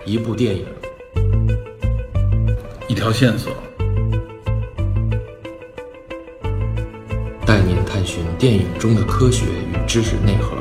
一部电影， 一条线索， 带您探寻电影中的科学与知识内核。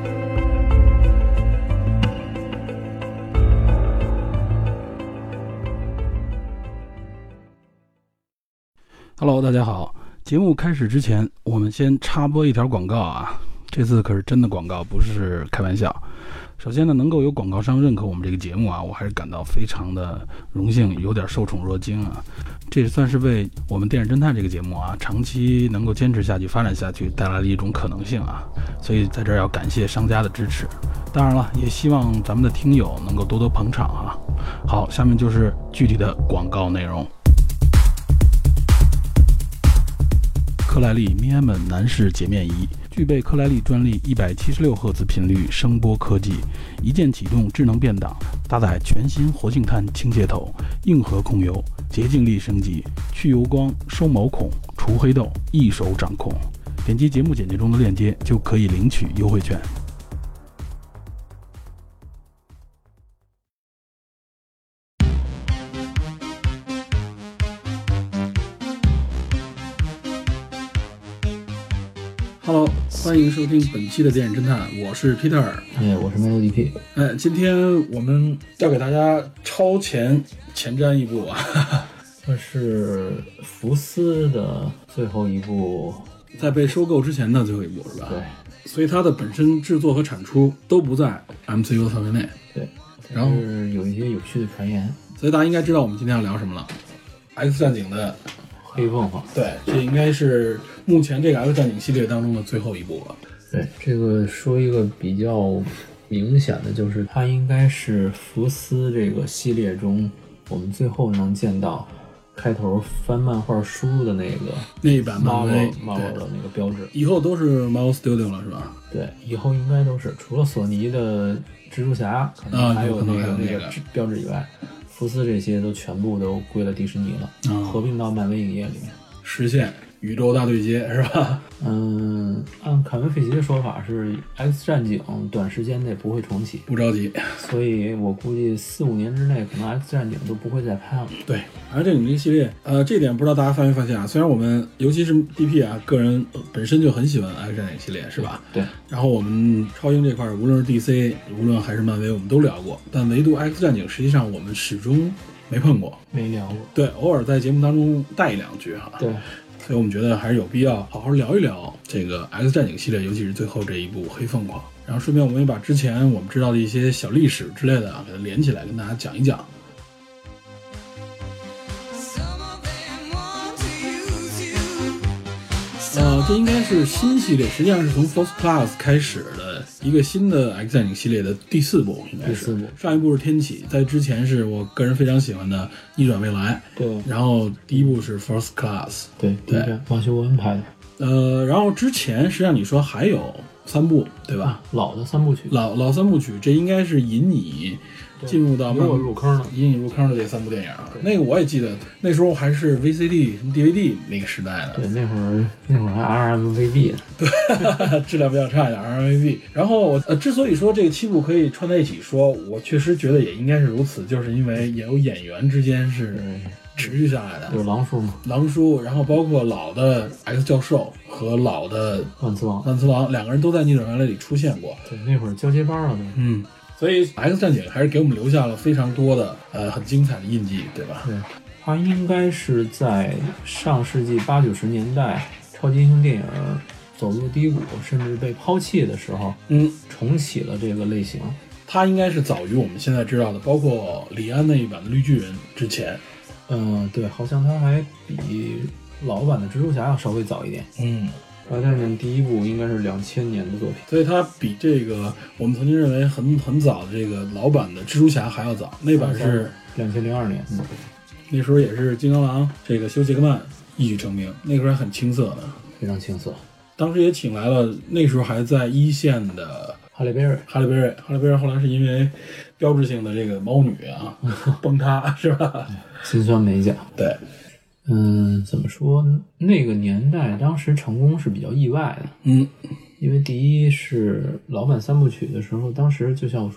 Hello， 大家好。节目开始之前，我们先插播一条广告啊，这次可是真的广告，不是开玩笑。首先呢，能够有广告商认可我们这个节目啊，我还是感到非常的荣幸，有点受宠若惊啊。这也算是为我们电影侦探这个节目啊，长期能够坚持下去、发展下去带来了一种可能性啊。所以在这儿要感谢商家的支持，当然了，也希望咱们的听友能够多多捧场啊。好，下面就是具体的广告内容。克莱利咪安门男士洁面仪具备克莱利专利176赫兹频率声波科技，一键启动智能变档，搭载全新活性炭清洁头，硬核控油，洁净力升级，去油光、收毛孔、除黑痘，一手掌控。点击节目简介中的链接就可以领取优惠券。Hello， 欢迎收听本期的电影侦探，我是 Peter， 我是 MeloDP。 今天我们要给大家超前瞻一部啊， 这是福斯的最后一部， 在被收购之前的最后一部是吧？ 对， 所以它的本身制作和产出都不在 MCU 的范围内。 对， 然后有一些有趣的传言， 所以大家应该知道我们今天要聊什么了。X 战警的黑凤凰， 对，这应该是目前这个 X 战警系列当中的最后一部了。 对，这个说一个比较明显的，就是它应该是福斯这个系列中我们最后能见到开头翻漫画书的那一版漫威 Marvel 的那个标志， 以后都是 Marvel Studio 了是吧？ 对，以后应该都是除了索尼的蜘蛛侠可能还有那个标志以外，福斯这些都全部都归了迪士尼了，合并到漫威影业里面， 实现宇宙大对接是吧？ 按凯文·费奇的说法是 X 战警短时间内不会重启， 不着急， 所以我估计4-5年之内可能 X 战警都不会再拍了。 对，而这个系列，这点不知道大家发没发现啊？虽然我们尤其是 DP 啊，个人本身就很喜欢 X 战警系列，是吧？ 对。然后我们超英这块，无论是 DC， 无论还是漫威，我们都聊过，但唯独 X 战警，实际上我们始终没碰过， 没聊过。 对，偶尔在节目当中带一两句哈。 对。 所以我们觉得还是有必要好好聊一聊这个 X 战警系列，尤其是最后这一部黑凤凰。然后顺便我们也把之前我们知道的一些小历史之类的啊，给它连起来跟大家讲一讲。这应该是新系列，实际上是从 First Class 开始的一个新的 X 战警系列的第4部，应该是。 第4部。 上一部是天启，在之前是我个人非常喜欢的逆转未来。 对。 然后第一部是 First Class。 对。马修·沃恩拍的。 然后之前实际上你说还有3部，对吧？ 老的3部曲。 老3部曲，这应该是引你进入到引我入坑的， 引你入坑的这3部电影。那个我也记得，那时候还是 VCD、DVD 那个时代的。 对，那会儿还 RMVB 呢。 对，质量比较差一点 RMVB。然后之所以说这个7部可以串在一起说，我确实觉得也应该是如此，就是因为也有演员之间是持续下来的。 有狼叔吗？ 狼叔，然后包括老的 X 教授和老的万磁王 2个人都在逆转未来里出现过。 对，那会儿交接班啊， 所以 X 战警还是给我们留下了非常多的很精彩的印记，对吧？ 对，它应该是在上世纪80-90年代超级英雄电影走入低谷甚至被抛弃的时候，重启了这个类型。 它应该是早于我们现在知道的，包括李安那一版的绿巨人之前。 对，好像它还比老版的蜘蛛侠要稍微早一点。X 战警第1部应该是2000年的作品， 所以它比这个我们曾经认为很早的这个老版的蜘蛛侠还要早。那版是 2002年， 那时候也是金刚狼这个休·杰克曼一举成名，那个时候还很青涩的， 非常青涩。 当时也请来了那时候还在一线的哈利贝瑞后来是因为标志性的这个猫女啊崩塌是吧？ 心酸美甲。 对。 怎么说？那个年代当时成功是比较意外的。因为第一是老版3部曲的时候，当时就像我说，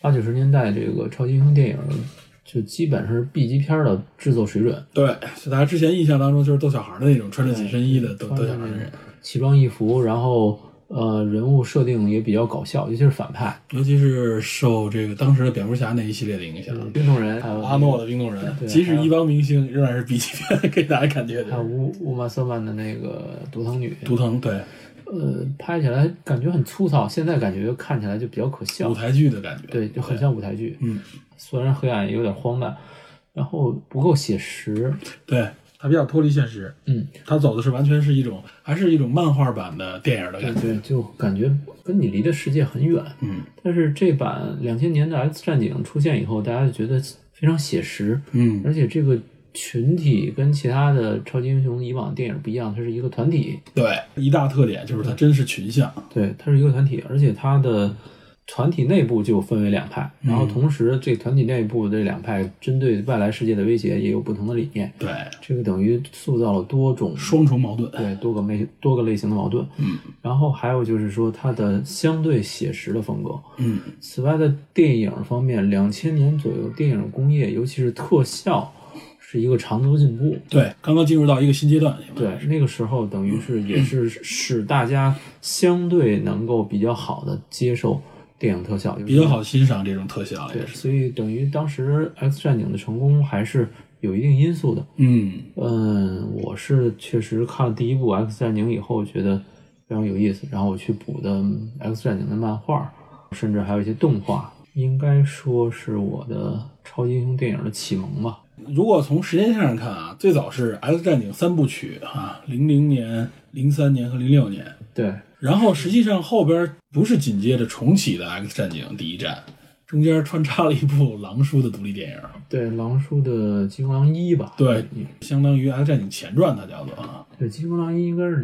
80-90年代这个超级英雄电影就基本上是 B 级片的制作水准。 对，就大家之前印象当中就是逗小孩的那种穿着紧身衣的逗小孩的人， 奇装异服，然后人物设定也比较搞笑，尤其是反派， 尤其是受这个当时的蝙蝠侠那一系列的影响。 冰冻人，还有阿诺的冰冻人，即使一帮明星，仍然是 B 级片给大家感觉的。 还有乌玛瑟曼的那个毒藤女， 毒藤对。 拍起来感觉很粗糙，现在感觉看起来就比较可笑， 舞台剧的感觉， 对，就很像舞台剧。 嗯， 虽然黑暗也有点荒诞，然后不够写实， 对，它比较脱离现实。 嗯， 它走的是完全是一种，还是一种漫画版的电影的感觉。 对，就感觉跟你离的世界很远。 嗯， 但是这版2000年的 X 战警出现以后，大家就觉得非常写实。 嗯， 而且这个群体跟其他的超级英雄以往的电影不一样，它是一个团体。 对，一大特点就是它真是群像。 对，它是一个团体，而且它的团体内部就分为两派，然后同时这团体内部这两派针对外来世界的威胁也有不同的理念。 对， 这个等于塑造了多种双重矛盾。 对，多个类型的矛盾。 嗯， 然后还有就是说它的相对写实的风格。 嗯， 此外的电影方面，2000年左右电影工业，尤其是特效，是一个长足进步。 对，刚刚进入到一个新阶段。 对，那个时候等于是也是使大家相对能够比较好的接受电影特效， 比较好欣赏这种特效。 对，所以等于当时 X 战警的成功还是有一定因素的。我是确实看了第一部 X 战警以后觉得非常有意思，然后我去补的 X 战警的漫画，甚至还有一些动画，应该说是我的超级英雄电影的启蒙吧。 如果从时间线上看啊，最早是 X 战警3部曲啊，00年、03年和06年。 对。 然后实际上后边不是紧接着重启的 X 战警第一战，中间穿插了一部狼叔的独立电影。对， 狼叔的金刚狼1吧。 对，相当于 X 战警前传，它叫做啊。 对，金刚狼1应该是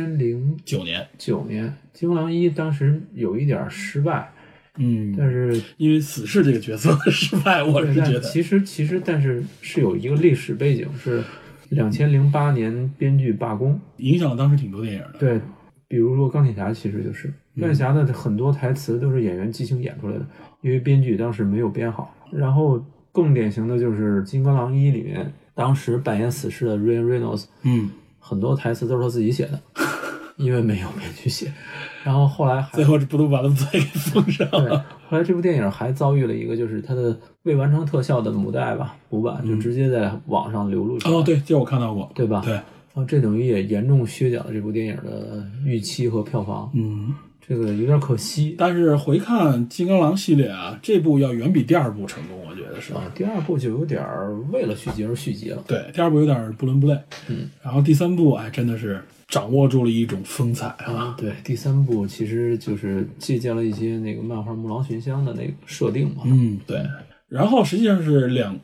2009年。金刚狼1当时有一点失败。但是因为死侍这个角色的失败，我是觉得其实但是有一个历史背景，是2008年编剧罢工， 影响了当时挺多电影的。 对，比如说钢铁侠，其实就是钢铁侠的很多台词都是演员即兴演出来的，因为编剧当时没有编好。然后更典型的就是金刚狼1里面当时扮演死侍的 Ryan Reynolds， 很多台词都是他自己写的，因为没有编剧写。然后后来最后不都把他们嘴给封上了。 对，后来这部电影还遭遇了一个，就是它的未完成特效的母带吧，补版就直接在网上流露出来。 哦，对，这我看到过， 对吧？ 对。 然后这等于也严重削减了这部电影的预期和票房。这个有点可惜。 但是回看金刚狼系列啊，这部要远比第二部成功，我觉得是。 第二部就有点为了续集而续集了。 对，第二部有点不伦不类。然后第三部真的是掌握住了一种风采啊。 对，第三部其实就是借鉴了一些那个漫画《木狼寻香》的那个设定嘛。 对。然后实际上是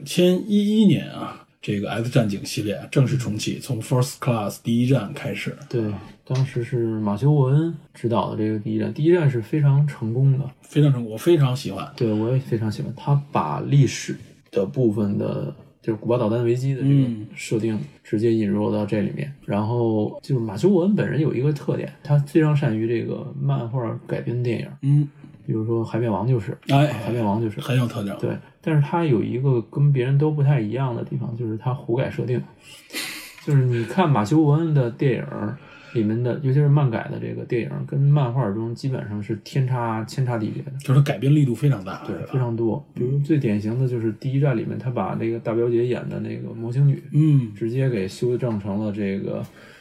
2011年啊，这个 X 战警系列正式重启，从 First Class 第一战开始。 对，当时是马修·沃恩执导的这个第一战，第一战是非常成功的， 非常成功，我非常喜欢。 对，我也非常喜欢。他把历史的部分的，就是古巴导弹危机的这个设定直接引入到这里面。然后就是马修·沃恩本人有一个特点，他非常善于这个漫画改编电影。比如说海扁王就是海扁王就是很有特点。 对，但是他有一个跟别人都不太一样的地方，就是他胡改设定。就是你看马修·沃恩的电影里面的，尤其是漫改的这个电影，跟漫画中基本上是千差地别的， 就是改编力度非常大， 对，非常多。比如最典型的就是第一战里面，他把那个大表姐演的那个模型女，直接给修正成了这个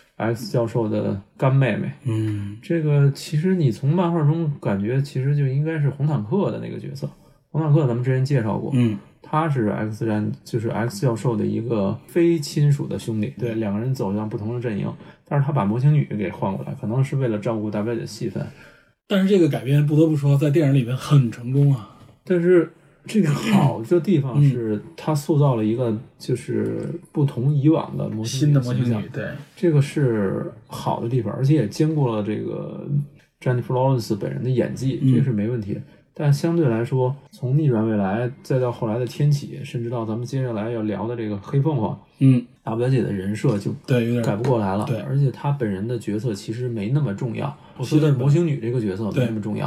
X 教授的干妹妹。这个其实你从漫画中感觉，其实就应该是红坦克的那个角色。红坦克咱们之前介绍过，他是 X 教授的一个非亲属的兄弟，对，两个人走向不同的阵营，但是他把模型女给换过来，可能是为了照顾大表姐的戏份。 但是这个改编不得不说，在电影里面很成功啊。 但是这个好的地方是，他塑造了一个就是不同以往的新的模型女，对， 这个是好的地方，而且也兼顾了这个 Jennifer Lawrence 本人的演技，这是没问题的。但相对来说，从逆转未来再到后来的天启，甚至到咱们接下来要聊的这个黑凤凰，大表姐的人设就对有点改不过来了。 对， 而且她本人的角色其实没那么重要，我说的是模型女这个角色没那么重要。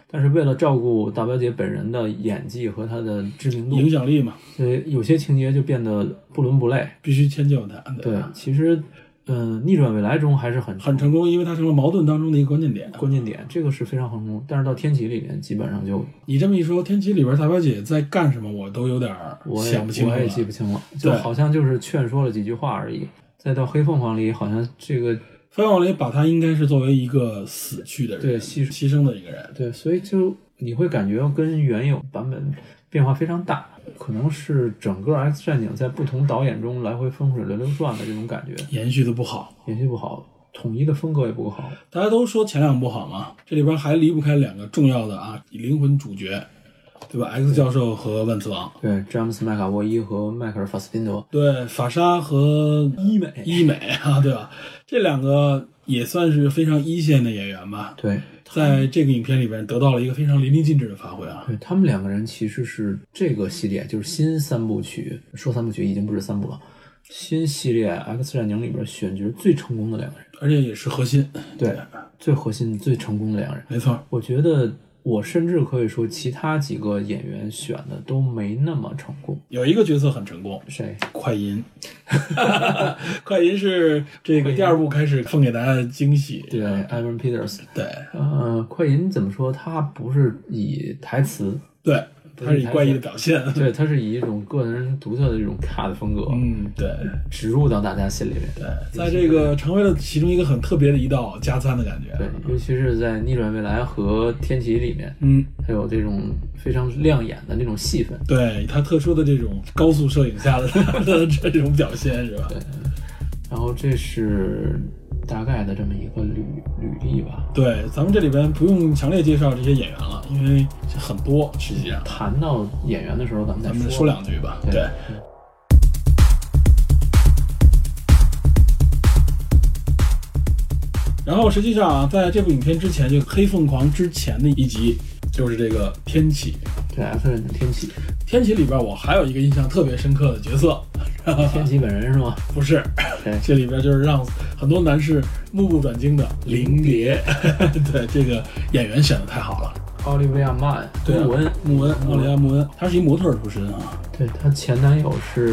但是为了照顾大表姐本人的演技和她的知名度、 影响力嘛， 所以有些情节就变得不伦不类， 必须迁就他。 对，其实逆转未来中还是很成功，因为它成了矛盾当中的一个关键点，这个是非常成功。但是到天启里面基本上就， 你这么一说，天启里边大表姐在干什么，我都有点想不清楚了， 我也记不清了，就好像就是劝说了几句话而已。再到黑凤凰里，好像这个黑凤凰里把他应该是作为一个死去的人， 对， 牺牲的一个人， 对，所以就你会感觉跟原有版本变化非常大。可能是整个 X 战警在不同导演中来回风水轮流转的这种感觉， 延续的不好， 统一的风格也不好。 大家都说前两部好嘛，这里边还离不开两个重要的灵魂主角，对吧 ？X 教授和万磁王， 对，詹姆斯麦卡沃伊和迈克尔法斯宾德， 对，法沙和伊美啊，对吧？这两个也算是非常一线的演员吧， 对。 在这个影片里边得到了一个非常淋漓尽致的发挥啊！ 对，他们两个人其实是这个系列就是新三部曲，说三部曲已经不是三部了，新系列 X 战警里边选角最成功的两个人， 而且也是核心， 对，最核心最成功的两个人， 没错。 我觉得我甚至可以说其他几个演员选的都没那么成功。 有一个角色很成功， 谁？ 快银。快银是这个第二部开始送给大家的惊喜。 对 ，Evan Peters。 对， 快银怎么说？他不是以台词， 对，他是以怪异的表现， 对，他是以一种个人独特的这种cut风格， 对， 植入到大家心里面。 对，在这个成为了其中一个很特别的一道加餐的感觉。 对，尤其是在逆转未来和天启里面，它有这种非常亮眼的那种戏份。 对，他特殊的这种高速摄影下的这种表现是吧？ 对。然后这是大概的这么一个履历吧。 对，咱们这里边不用强烈介绍这些演员了，因为很多，实际上谈到演员的时候，咱们再说两句吧。对。然后实际上在这部影片之前，就黑凤凰之前的一集，就是这个天启。 对 ，X 战警天启。 天启里边我还有一个印象特别深刻的角色， 天启本人是吗？ 不是，这里边就是让很多男士目不转睛的灵蝶。对，这个演员选的太好了， 奥利维亚·曼， 对，穆恩，奥利维亚·穆恩，他是一模特出身啊。 对，他前男友是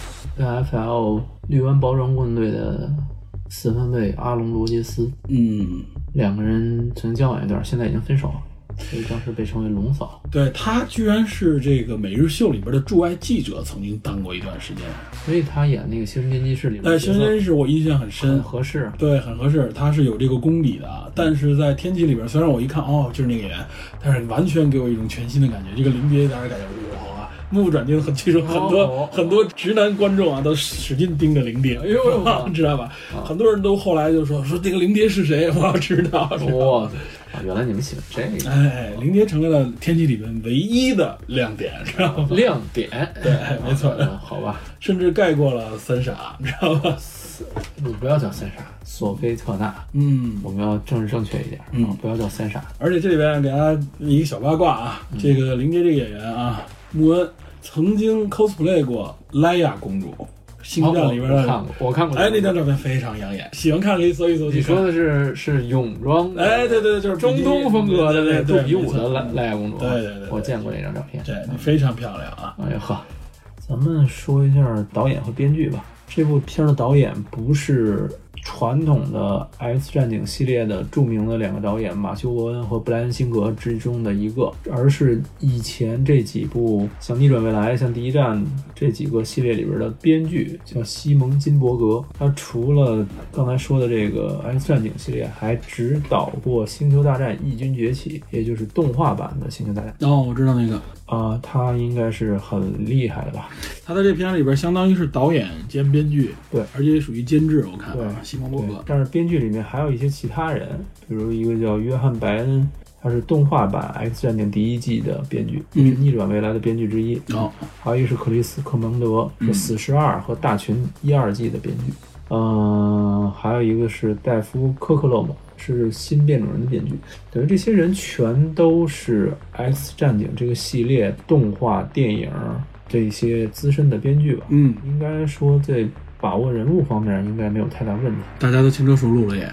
NFL 绿湾包装棍队的四分卫阿隆·罗杰斯。两个人曾经交往一段，现在已经分手了。所以当时被称为龙嫂。 对，他居然是这个《每日秀》里边的驻外记者，曾经当过一段时间。 所以他演那个新闻编辑室里面， 新闻编辑室我印象很深， 很合适。 对，很合适，他是有这个功底的。但是在天启里边，虽然我一看就是那个演员，但是完全给我一种全新的感觉。这个灵蝶当然感觉哇，目不转睛，其实很多直男观众都使劲盯着灵蝶，哎呦，知道吧？很多人都后来就说这个灵蝶是谁，我要知道。 哇！原来你们喜欢这个， 灵蝶成为了天启里面唯一的亮点，知道吗？ 亮点， 对，没错， 好吧， 甚至盖过了三傻，你知道吧？ 你不要叫三傻，索菲特纳，我们要政治正确一点，不要叫三傻。 而且这里边给大家一个小八卦啊，这个灵蝶这个演员穆恩曾经 cosplay 过莱娅公主。星战里边的我看过， 那张照片非常养眼，喜欢看可以搜一搜。 你说的是泳装， 对，就是中东风格的那对比武的莱娅公主， 对， 我见过那张照片， 对，非常漂亮啊！ 哎呀呵，咱们说一下导演和编剧吧。这部片的导演不是传统的 X 战警系列的著名的两个导演马修·沃恩和布莱恩·辛格之中的一个，而是以前这几部像《逆转未来》、像《第一站》这几个系列里边的编剧，叫西蒙·金伯格。他除了刚才说的这个 X 战警系列，还指导过《星球大战：异军崛起》，也就是动画版的《星球大战》。 我知道那个。 他应该是很厉害的吧？ 他在这片里边相当于是导演兼编剧， 对， 而且也属于监制。我看对， 西蒙伯格。 但是编剧里面还有一些其他人，比如一个叫约翰·白恩，他是动画版《X 战警》第一季的编剧，是逆转未来的编剧之一。还有一个是克里斯·克蒙德，是《死侍2》和《大群》1、2季的编剧。还有一个是戴夫·科克勒姆，是新变种人的编剧。等于这些人全都是 X 战警这个系列动画电影这些资深的编剧吧。应该说在把握人物方面应该没有太大问题。 大家都轻车熟路了也。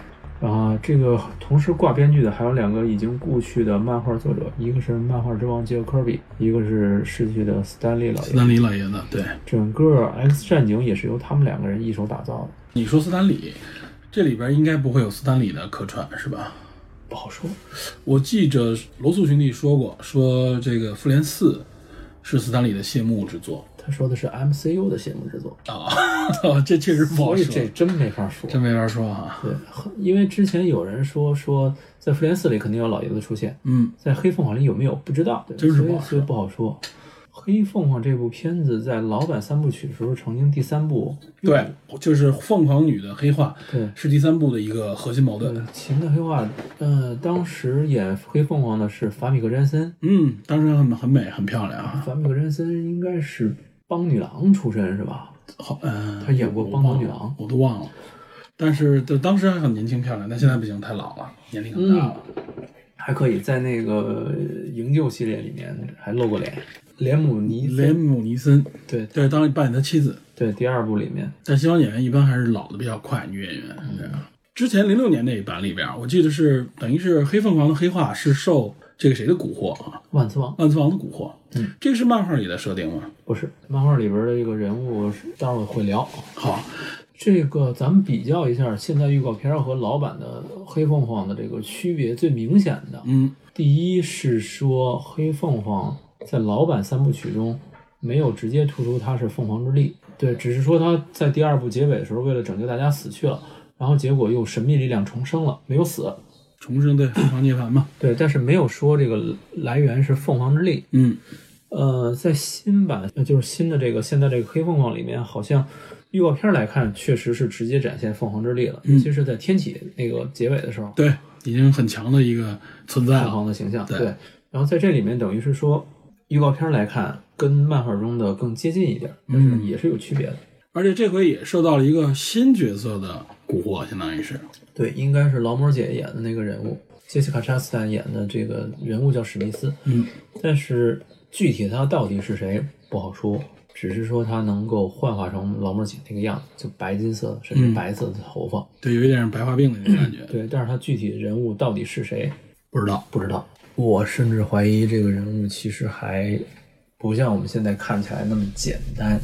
然后这个同时挂编剧的还有2个已经故去的漫画作者，一个是漫画之王杰克科比，一个是逝去的斯丹利老爷子。 斯丹利老爷子，对， 整个 X 战警也是由他们2个人一手打造的。 你说斯丹利，这里边应该不会有斯丹利的客串是吧？ 不好说。 我记着罗素兄弟说过，说这个复联4是斯丹利的谢幕之作。 他说的是 MCU 的谢幕之作这确实不好说， 所以这真没法说， 真没法说啊。 对，因为之前有人说在复联4里肯定有老爷子出现，在黑凤凰里有没有不知道， 真是所以不好说。黑凤凰这部片子在老版3部曲的时候曾经第3部， 对，就是凤凰女的黑化， 对， 是第3部的一个核心矛盾。 秦的黑化，当时演黑凤凰的是法米克詹森， 当时很美很漂亮啊。 法米克詹森应该是邦女郎出身是吧？ 好， 他演过邦德女郎， 我都忘了。但是当时还很年轻漂亮，但现在不行，太老了，年龄很大了。 还可以在那个营救系列里面还露过脸。连姆尼森，对， 当扮演他妻子。 对，第2部里面。 但西方演员一般还是老的比较快，女演员。之前06年那一版里边，我记得是等于是黑凤凰的黑化是受这个谁的蛊惑啊？ 万磁王的蛊惑。这个是漫画里的设定吗？ 不是，漫画里边的一个人物，待会儿会聊。 好， 这个咱们比较一下现在预告片和老版的黑凤凰的这个区别，最明显的，第一是说黑凤凰在老版3部曲中没有直接突出他是凤凰之力，对，只是说他在第2部结尾的时候为了拯救大家死去了，然后结果又神秘力量重生了，没有死， 重生，对，凤凰涅槃嘛， 对，但是没有说这个来源是凤凰之力。在新版就是新的这个现在这个黑凤凰里面，好像预告片来看确实是直接展现凤凰之力了，尤其是在天启那个结尾的时候， 对，已经很强的一个存在了， 凤凰的形象，对。然后在这里面等于是说预告片来看跟漫画中的更接近一点，但是也是有区别的。 而且这回也受到了一个新角色的蛊惑，相当于是， 对，应该是劳模姐演的那个人物，杰西卡·查斯坦演的这个人物叫史密斯，但是具体他到底是谁不好说，只是说他能够幻化成劳模姐那个样子，就白金色的甚至白色的头发， 对，有一点白化病的那种感觉。 对，但是他具体人物到底是谁不知道。 我甚至怀疑这个人物其实还不像我们现在看起来那么简单。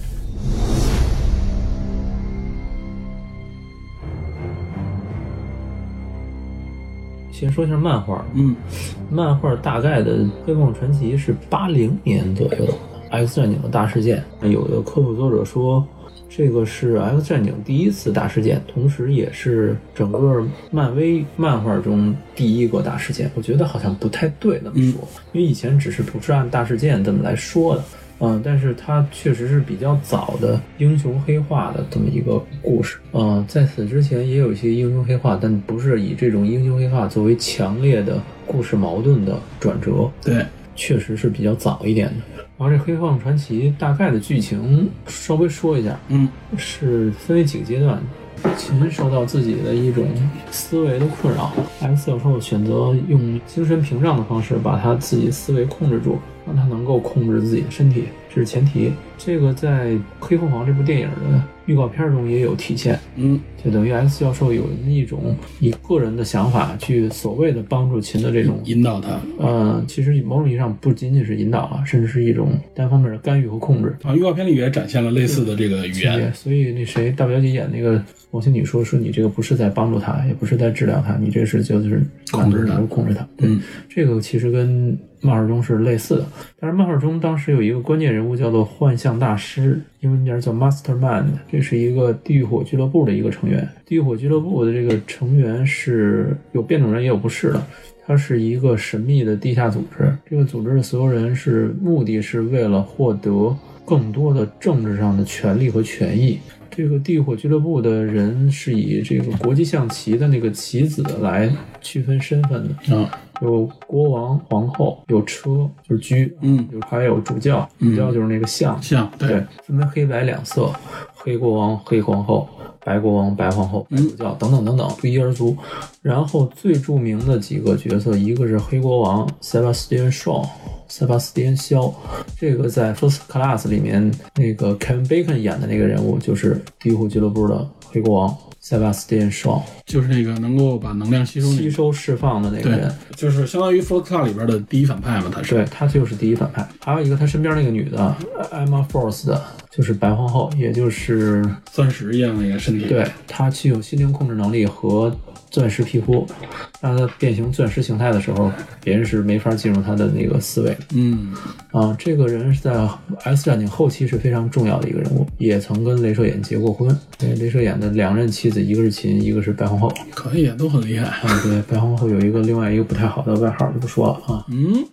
先说一下漫画，漫画大概的《黑凤凰传奇》是80年左右的 X 战警的大事件。有的科普作者说，这个是 X 战警第1次大事件，同时也是整个漫威漫画中第1个大事件。我觉得好像不太对那么说，因为以前只是不是按大事件这么来说的。但是它确实是比较早的英雄黑化的这么一个故事。在此之前也有一些英雄黑化，但不是以这种英雄黑化作为强烈的故事矛盾的转折。 对， 确实是比较早一点的。然后这《黑凤凰传奇》大概的剧情稍微说一下，是分为几个阶段。秦受到自己的一种思维的困扰 ，X 教授选择用精神屏障的方式把他自己思维控制住，让他能够控制自己的身体，这是前提。这个在《黑凤凰》这部电影的预告片中也有体现，就等于 X 教授有一种以个人的想法去所谓的帮助秦的这种引导他， 其实某种意义上不仅仅是引导啊，甚至是一种单方面的干预和控制啊。预告片里也展现了类似的这个语言， 所以那谁大表姐演那个王心女说你这个不是在帮助他，也不是在治疗他，你这是就是控制他。这个其实跟漫画中是类似的，但是漫画中当时有一个关键人物叫做幻象大师，英文名叫 Mastermind， 这是一个地狱火俱乐部的一个成员。地狱火俱乐部的这个成员是有变种人也有不是的，它是一个神秘的地下组织，这个组织的所有人目的是为了获得更多的政治上的权利和权益。这个地狱火俱乐部的人是以这个国际象棋的那个棋子来区分身份的，有国王、皇后，有车就是车，还有主教，主教就是那个象，对，分为黑白2色，黑国王、黑皇后，白国王、白皇后，白主教等等等等，不一而足。然后最著名的几个角色，一个是黑国王 Sebastian Shaw， 塞巴斯蒂安·肖，这个在 First Class 里面那个 Kevin Bacon 演的那个人物就是地狱火俱乐部的黑国王。 塞巴斯蒂安·绍， 就是那个能够把能量吸收释放的那个人， 就是相当于 Fight Club 里边的第一反派嘛，他是。 对，他就是第一反派。还有一个他身边那个女的 Emma Frost 的，就是白皇后，也就是钻石一样的一个身体。 对，她具有心灵控制能力和钻石皮肤，让她变形钻石形态的时候，别人是没法进入她的那个思维。这个人是在 X 战警后期是非常重要的一个人物，也曾跟镭射眼结过婚。对，镭射眼的2任妻子，一个是秦，一个是白皇后。 可以，都很厉害。 对，白皇后有另外一个不太好的外号，就不说了啊。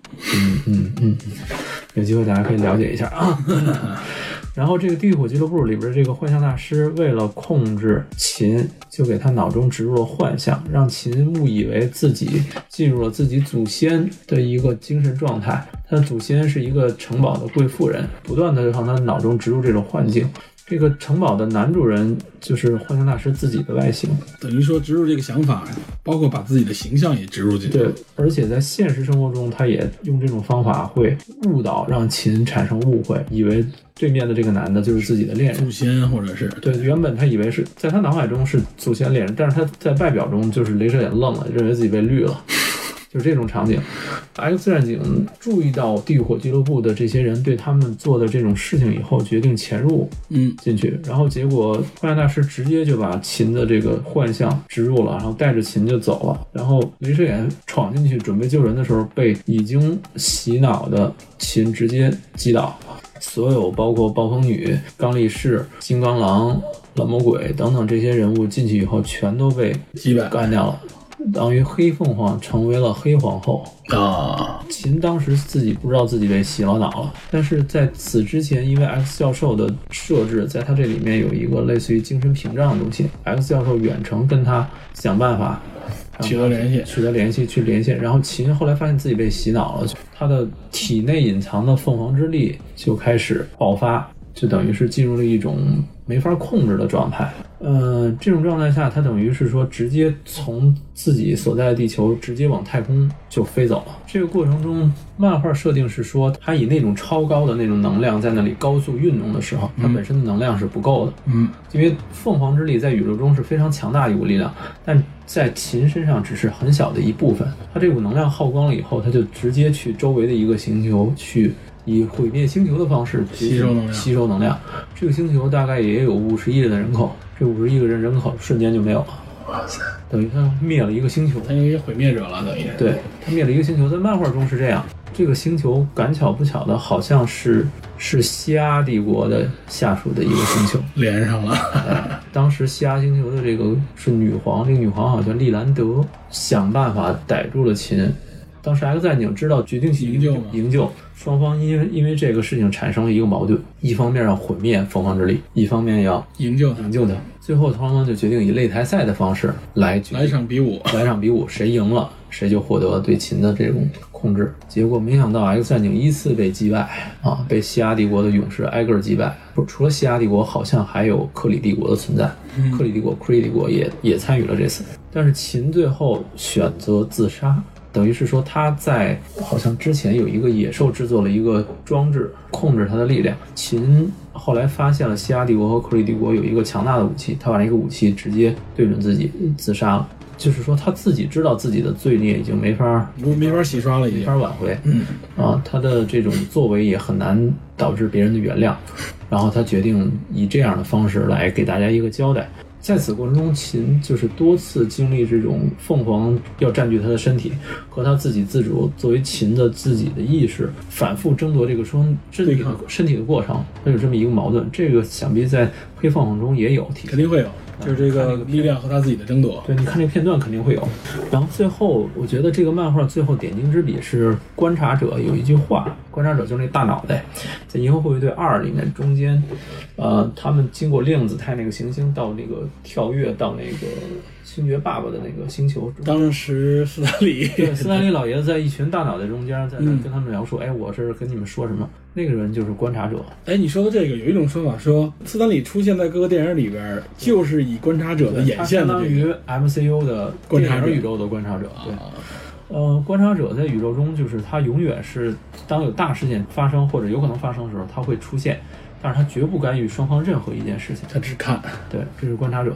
有机会大家可以了解一下啊。然后这个地狱火俱乐部里边这个幻象大师为了控制秦，就给他脑中植入了幻象，让秦误以为自己进入了自己祖先的一个精神状态。他的祖先是一个城堡的贵妇人，不断的让他脑中植入这种幻境。这个城堡的男主人就是幻象大师自己的外形， 等于说植入这个想法，包括把自己的形象也植入进去。 对，而且在现实生活中，他也用这种方法会误导，让秦产生误会，以为对面的这个男的就是自己的恋人、 祖先，或者是对，原本他以为是在他脑海中是祖先恋人，但是他在外表中就是镭射眼愣了，认为自己被绿了。就是这种场景。X 战警注意到地狱火俱乐部的这些人对他们做的这种事情以后，决定潜入进去，然后结果幻象大师直接就把秦的这个幻象植入了，然后带着秦就走了。然后镭射眼闯进去准备救人的时候，被已经洗脑的秦直接击倒。所有包括暴风女、刚力士、金刚狼、蓝魔鬼等等这些人物进去以后，全都被击败干掉了。等于黑凤凰成为了黑皇后啊！ 秦当时自己不知道自己被洗了脑了，但是在此之前，因为 X 教授的设置，在他这里面有一个类似于精神屏障的东西 ，X 教授远程跟他想办法取得联系， 去连线。然后秦后来发现自己被洗脑了，他的体内隐藏的凤凰之力就开始爆发，就等于是进入了一种没法控制的状态。这种状态下，他等于是说直接从自己所在的地球直接往太空就飞走了。这个过程中，漫画设定是说，他以那种超高的那种能量在那里高速运动的时候，他本身的能量是不够的。因为凤凰之力在宇宙中是非常强大的一股力量，但在秦身上只是很小的一部分。他这股能量耗光了以后，他就直接去周围的一个星球去。以毁灭星球的方式吸收能量，这个星球大概也有50亿人的人口，这50亿个人口瞬间就没有了。哇塞！等于他灭了一个星球， 他有一个毁灭者了，等于对他灭了一个星球。在漫画中是这样，这个星球赶巧不巧的，好像是西阿帝国的下属的一个星球， 连上了。 当时西阿星球的这个是女皇，这个女皇好像利兰德，想办法逮住了秦。当时 X 战警知道决定去营救，双方因为这个事情产生了一个矛盾，一方面要毁灭凤凰之力，一方面要营救他。 最后双方就决定以擂台赛的方式来一场比武，谁赢了谁就获得了对秦的这种控制。结果没想到 X 战警依次被击败啊，被西亚帝国的勇士挨个击败。除了西亚帝国，好像还有克里帝国的存在，克里帝国也参与了这次。但是秦最后选择自杀。等于是说他在好像之前有一个野兽制作了一个装置控制他的力量，秦后来发现了西亚帝国和克里帝国有一个强大的武器，他把那个武器直接对准自己自杀了。就是说他自己知道自己的罪孽已经没法洗刷了， 没法挽回。他的这种作为也很难导致别人的原谅，然后他决定以这样的方式来给大家一个交代。在此过程中，秦就是多次经历这种凤凰要占据他的身体和他自己自主作为秦的自己的意识反复争夺这个身体的过程，它有这么一个矛盾。这个想必在黑凤凰中也有体现， 肯定会有，就是这个力量和他自己的争夺。 对，你看这个片段肯定会有。然后最后我觉得这个漫画最后点睛之笔是观察者有一句话，观察者就是那大脑袋，在《银河护卫队2》里面中间他们经过量子态那个行星到那个跳跃到那个星爵爸爸的那个星球， 当时斯坦李老爷子在一群大脑袋中间在那跟他们描述，我是跟你们说什么，那个人就是观察者。 你说的这个有一种说法说斯坦李出现在各个电影里边就是以观察者的眼线的， 相当于 MCU 的电影宇宙的观察者。对，观察者在宇宙中就是他永远是当有大事件发生或者有可能发生的时候他会出现，但是他绝不干预双方任何一件事情， 他只看。 对，这是观察者。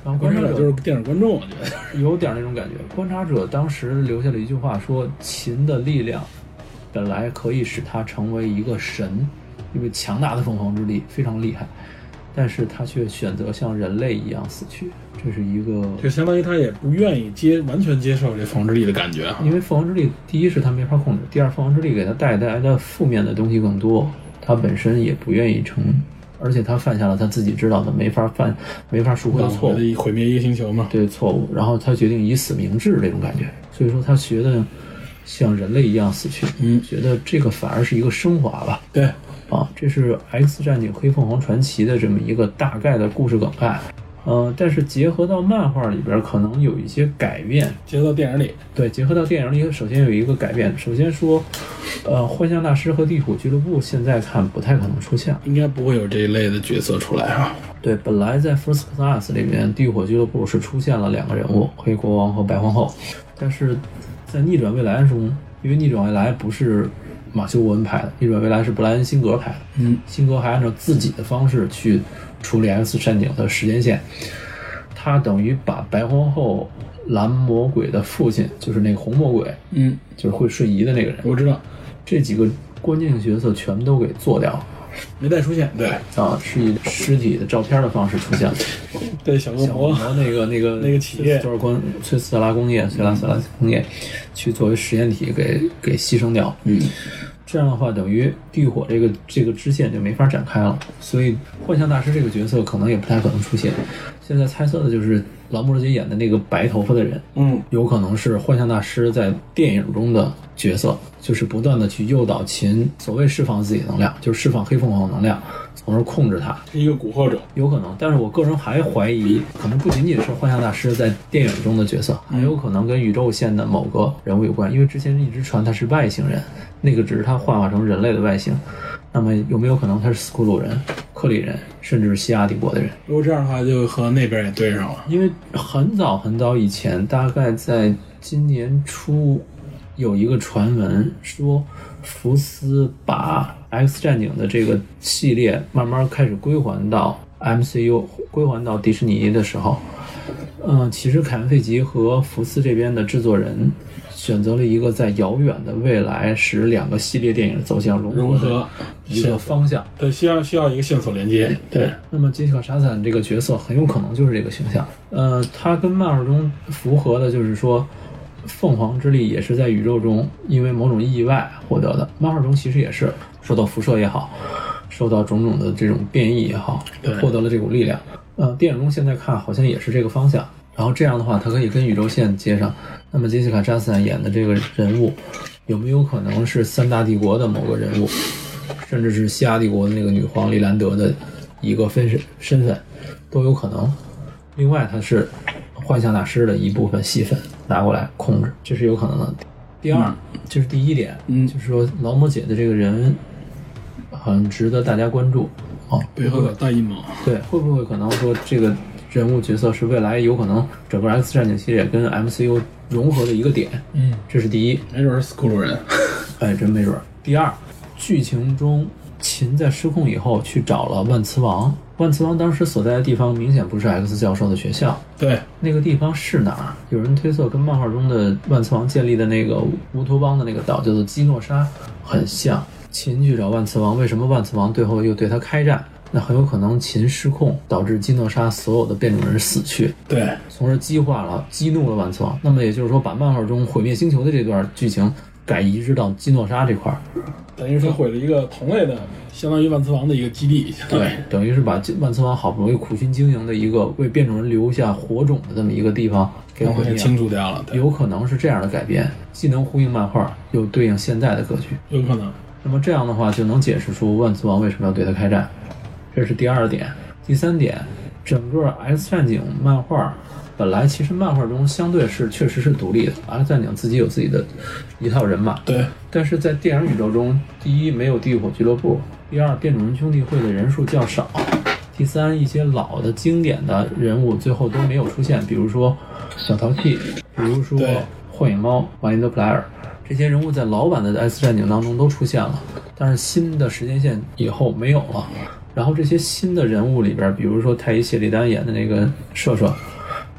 然后观察者就是电影观众，我觉得有点那种感觉。观察者当时留下了一句话说：“秦的力量本来可以使他成为一个神，因为强大的凤凰之力非常厉害，但是他却选择像人类一样死去。”这是一个， 就相当于他也不愿意完全接受这凤凰之力的感觉哈。 因为凤凰之力，第一是他没法控制，第二凤凰之力给他带来的负面的东西更多，他本身也不愿意而且他犯下了他自己知道的没法赎回的错误， 毁灭一个星球嘛， 对错误，然后他决定以死明志这种感觉，所以说他觉得像人类一样死去，觉得这个反而是一个升华吧。 对啊，这是 X 战警黑凤凰传奇的这么一个大概的故事梗概。但是结合到漫画里边可能有一些改变， 结合到电影里， 对，结合到电影里，首先有一个改变。首先说，幻象大师和地虎俱乐部现在看不太可能出现， 应该不会有这一类的角色出来啊。 对，本来在 First Class 里面，地火俱乐部是出现了2个人物，黑国王和白皇后，但是在逆转未来中，因为逆转未来不是马修·沃恩拍的，逆转未来是布莱恩·辛格拍的，辛格还按照自己的方式去处理 X 战警的时间线，他等于把白皇后、蓝魔鬼的父亲，就是那个红魔鬼，就是会瞬移的那个人， 我知道， 这几个关键性角色全都给做掉了。 没再出现，对啊，是以尸体的照片的方式出现的。 对，小恶魔那个企业， 就是崔斯特拉工业、崔拉斯拉工业，去作为实验体给牺牲掉。这样的话，等于地火这个支线就没法展开了，所以幻象大师这个角色可能也不太可能出现。现在猜测的就是劳模杰演的那个白头发的人，有可能是幻象大师在电影中的角色，就是不断的去诱导秦，所谓释放自己的能量，就是释放黑凤凰能量，从而控制它， 是一个蛊惑者， 有可能。但是我个人还怀疑，可能不仅仅是幻象大师在电影中的角色，还有可能跟宇宙线的某个人物有关，因为之前一直传他是外星人，那个只是他幻化成人类的外星。那么有没有可能他是斯库鲁人、克里人，甚至是西亚帝国的人？ 如果这样的话，就和那边也对上了。 因为很早很早以前，大概在今年初，有一个传闻说，福斯把 X 战警的这个系列慢慢开始归还到 MCU， 归还到迪士尼的时候，其实凯文·费吉和福斯这边的制作人选择了一个在遥远的未来使2个系列电影走向融合的一个方向。 对，需要一个线索连接。对， 那么杰西卡·查斯坦这个角色很有可能就是这个形象。他跟漫画中符合的就是说，凤凰之力也是在宇宙中因为某种意外获得的。漫画中其实也是受到辐射也好，受到种种的这种变异也好，获得了这股力量。电影中现在看好像也是这个方向。然后这样的话，它可以跟宇宙线接上。那么杰西卡·查斯坦演的这个人物，有没有可能是3大帝国的某个人物，甚至是西亚帝国的那个女皇莉兰德的一个身份，都有可能。另外，他是幻象大师的一部分戏份拿过来控制，这是有可能的。第二，这是第一点，就是说劳模姐的这个人很值得大家关注啊， 背后有大阴谋。 对，会不会可能说这个人物角色是未来有可能整个 X 战警系列跟 MCU 融合的一个点？这是第一， 没准是斯库鲁人， 哎，真没准。第二，剧情中秦在失控以后去找了万磁王，万磁王当时所在的地方明显不是 X 教授的学校。 对， 那个地方是哪儿？有人推测跟漫画中的万磁王建立的那个乌托邦的那个岛叫做基诺沙很像。秦去找万磁王，为什么万磁王最后又对他开战？那很有可能秦失控，导致基诺沙所有的变种人死去， 对， 从而激怒了万磁王。那么也就是说，把漫画中毁灭星球的这段剧情改移植到基诺沙这块， 等于说毁了一个同类的，相当于万磁王的一个基地。 对，等于是把万磁王好不容易苦心经营的一个为变种人留下火种的这么一个地方给毁灭清除掉了。 有可能是这样的改编，既能呼应漫画，又对应现在的格局。 有可能。 那么这样的话，就能解释出万磁王为什么要对他开战。这是第二点。第三点，整个 X 战警漫画本来其实漫画中相对确实是独立的， X 战警自己有自己的一套人马。 对。 但是在电影宇宙中，第一没有地狱火俱乐部，第二变种人兄弟会的人数较少，第三一些老的经典的人物最后都没有出现，比如说小淘气，比如说幻影猫、马林德普莱尔，这些人物在老版的 X 战警当中都出现了，但是新的时间线以后没有了。然后这些新的人物里边，比如说太乙谢利丹演的那个射手，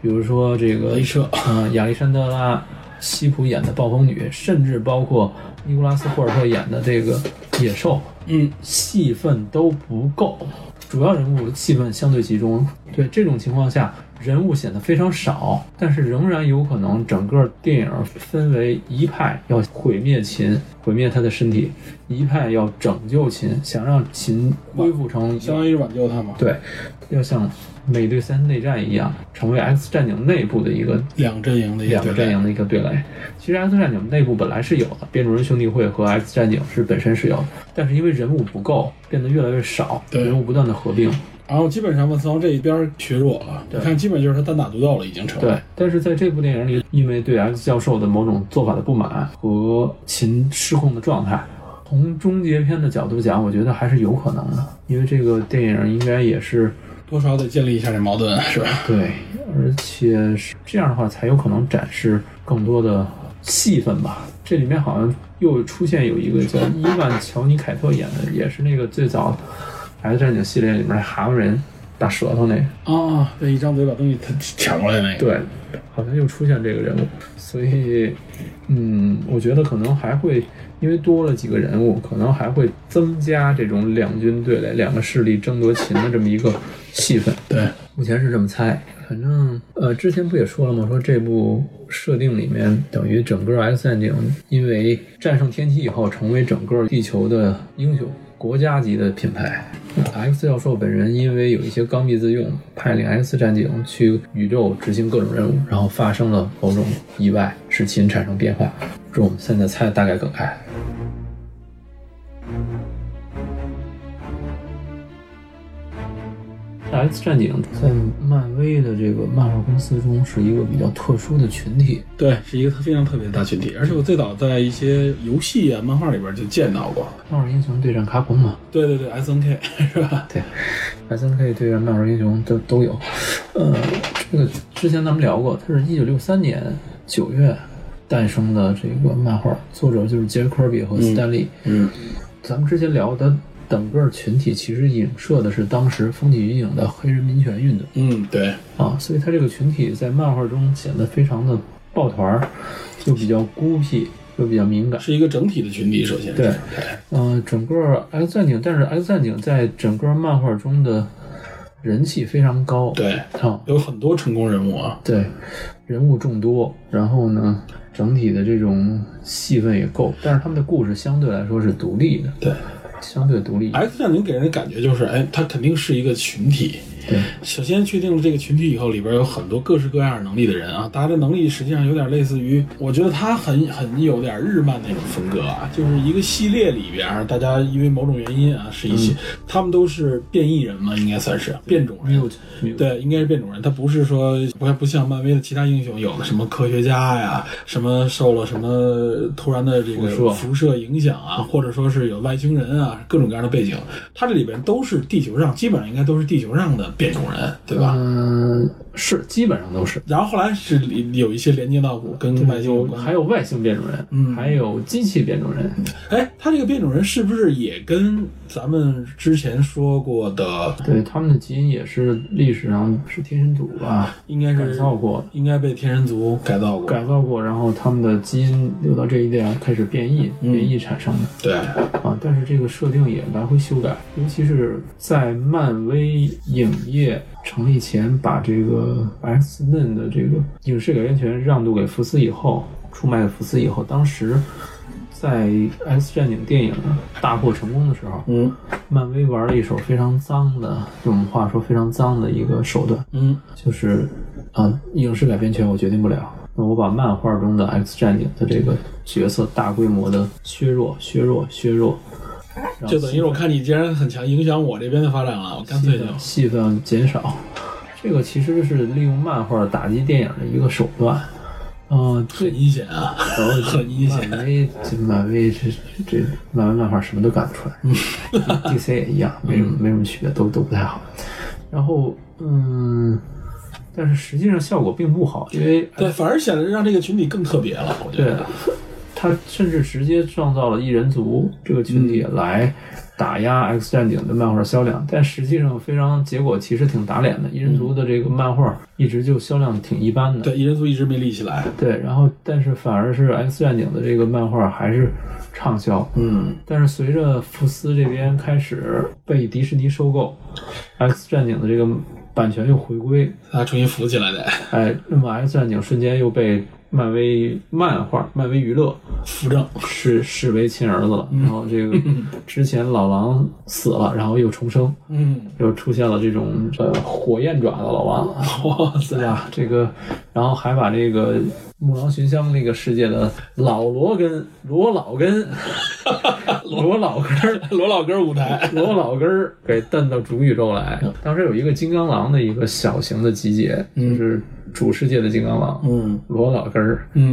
比如说这个镭射， 亚历山德拉·西普演的暴风女，甚至包括尼古拉斯·霍尔特演的这个野兽，戏份都不够，主要人物戏份相对集中。对这种情况下，人物显得非常少，但是仍然有可能整个电影分为一派要毁灭秦，毁灭他的身体，一派要拯救秦，想让秦恢复成相当于挽救他嘛。 对，要像美队3内战一样，成为 X 战警内部的一个两个阵营的一个对垒。其实 X 战警内部本来是有的，变种人兄弟会和 X 战警是本身是有的，但是因为人物不够，变得越来越少，人物不断的合并。 然后基本上万磁王这一边削弱了，你看基本就是他单打独斗了，已经成了。 对，但是在这部电影里，因为对 X 教授的某种做法的不满和秦失控的状态，从终结篇的角度讲，我觉得还是有可能的，因为这个电影应该也是多少得建立一下这矛盾，是吧？ 对，而且是这样的话才有可能展示更多的戏份吧。这里面好像又出现有一个叫伊万·乔尼凯特演的，也是那个最早 X 战警系列里面的蛤蟆人大舌头那个对，一张嘴把东西抢过来那个。 对，好像又出现这个人物，所以我觉得可能还会因为多了几个人物，可能还会增加这种两军对垒、两个势力争夺秦的这么一个气氛。 对， 目前是这么猜。反正之前不也说了吗？说这部设定里面等于整个 X 战警因为战胜天启以后，成为整个地球的英雄。国家级的品牌。X 教授本人因为有一些刚愎自用，派领 X 战警去宇宙执行各种任务，然后发生了某种意外，使秦产生变化。这我们现在猜大概梗概。X 战警在漫威的这个漫画公司中是一个比较特殊的群体， 对，是一个非常特别的大群体。而且我最早在一些游戏啊、漫画里边就见到过。 漫画英雄对战卡普嘛？ 对对对 ，SNK 是吧？ 对 ，SNK 对战漫画英雄都有。这个之前咱们聊过，它是1963年9月诞生的这个漫画，作者就是杰克科比和斯坦利。咱们之前聊的。整个群体其实影射的是当时风起云涌的黑人民权运动。 对啊，所以他这个群体在漫画中显得非常的抱团，就比较孤僻，又比较敏感， 是一个整体的群体。首先， 对，整个 X 战警，但是 X 战警在整个漫画中的人气非常高。 对有很多成功人物啊。 对，人物众多，然后呢，整体的这种戏份也够，但是他们的故事相对来说是独立的。 对。 相对独立。 X 战警给人的感觉就是，它肯定是一个群体。 对， 首先确定了这个群体以后，里边有很多各式各样能力的人啊，大家的能力实际上有点类似于，我觉得它很有点日漫那种风格啊，就是一个系列里边，大家因为某种原因啊，是一些他们都是变异人嘛，应该算是变种人。对，应该是变种人，他不是说不像漫威的其他英雄有的什么科学家呀，什么受了什么突然的这个辐射影响啊，或者说是有外星人啊，各种各样的背景，他这里边都是地球上，基本上应该都是地球上的变种人，对吧？ 是，基本上都是。 然后后来是有一些连接到跟外星有关， 还有外星变种人，还有机器变种人。 他这个变种人是不是也跟咱们之前说过的？ 对，他们的基因也是历史上是天神族吧？ 应该是改造过， 应该被天神族改造过， 然后他们的基因流到这一代开始变异，变异产生的。 对但是这个设定也来回修改，尤其是在漫威影业成立前，把这个 X-Men 的这个影视改编权让渡给福斯以后，出卖给福斯以后，当时在 X 战警电影大获成功的时候，漫威玩了一手非常脏的，用我们话说非常脏的一个手段，就是影视改编权我决定不了，那我把漫画中的 X 战警的这个角色大规模的削弱， 就等于我看你既然很强，影响我这边的发展了，我干脆就戏份减少。这个其实是利用漫画打击电影的一个手段。 很阴险啊，很阴险。 漫威这漫威漫画什么都干不出来，DC 也一样，没什么区别，都不太好。然后但是实际上效果并不好，因为对，反而显得让这个群体更特别了。我觉得， 他甚至直接创造了异人族这个群体来打压 X 战警的漫画销量，但实际上结果其实挺打脸的。异人族的这个漫画一直就销量挺一般的， 对，异人族一直没立起来。 对，然后但是反而是 X 战警的这个漫画还是畅销。但是随着福斯这边开始被迪士尼收购，X 战警的这个版权又回归， 他重新扶起来的。 那么 X 战警瞬间又被漫威娱乐扶正视为亲儿子了。然后这个之前老狼死了，然后又重生，又出现了这种火焰爪的老王， 哇塞， 对吧？这个，然后还把这个木狼寻香那个世界的罗老根舞台， 罗老根给蹬到主宇宙来。当时有一个金刚狼的一个小型的集结，就是主世界的金刚狼，罗老根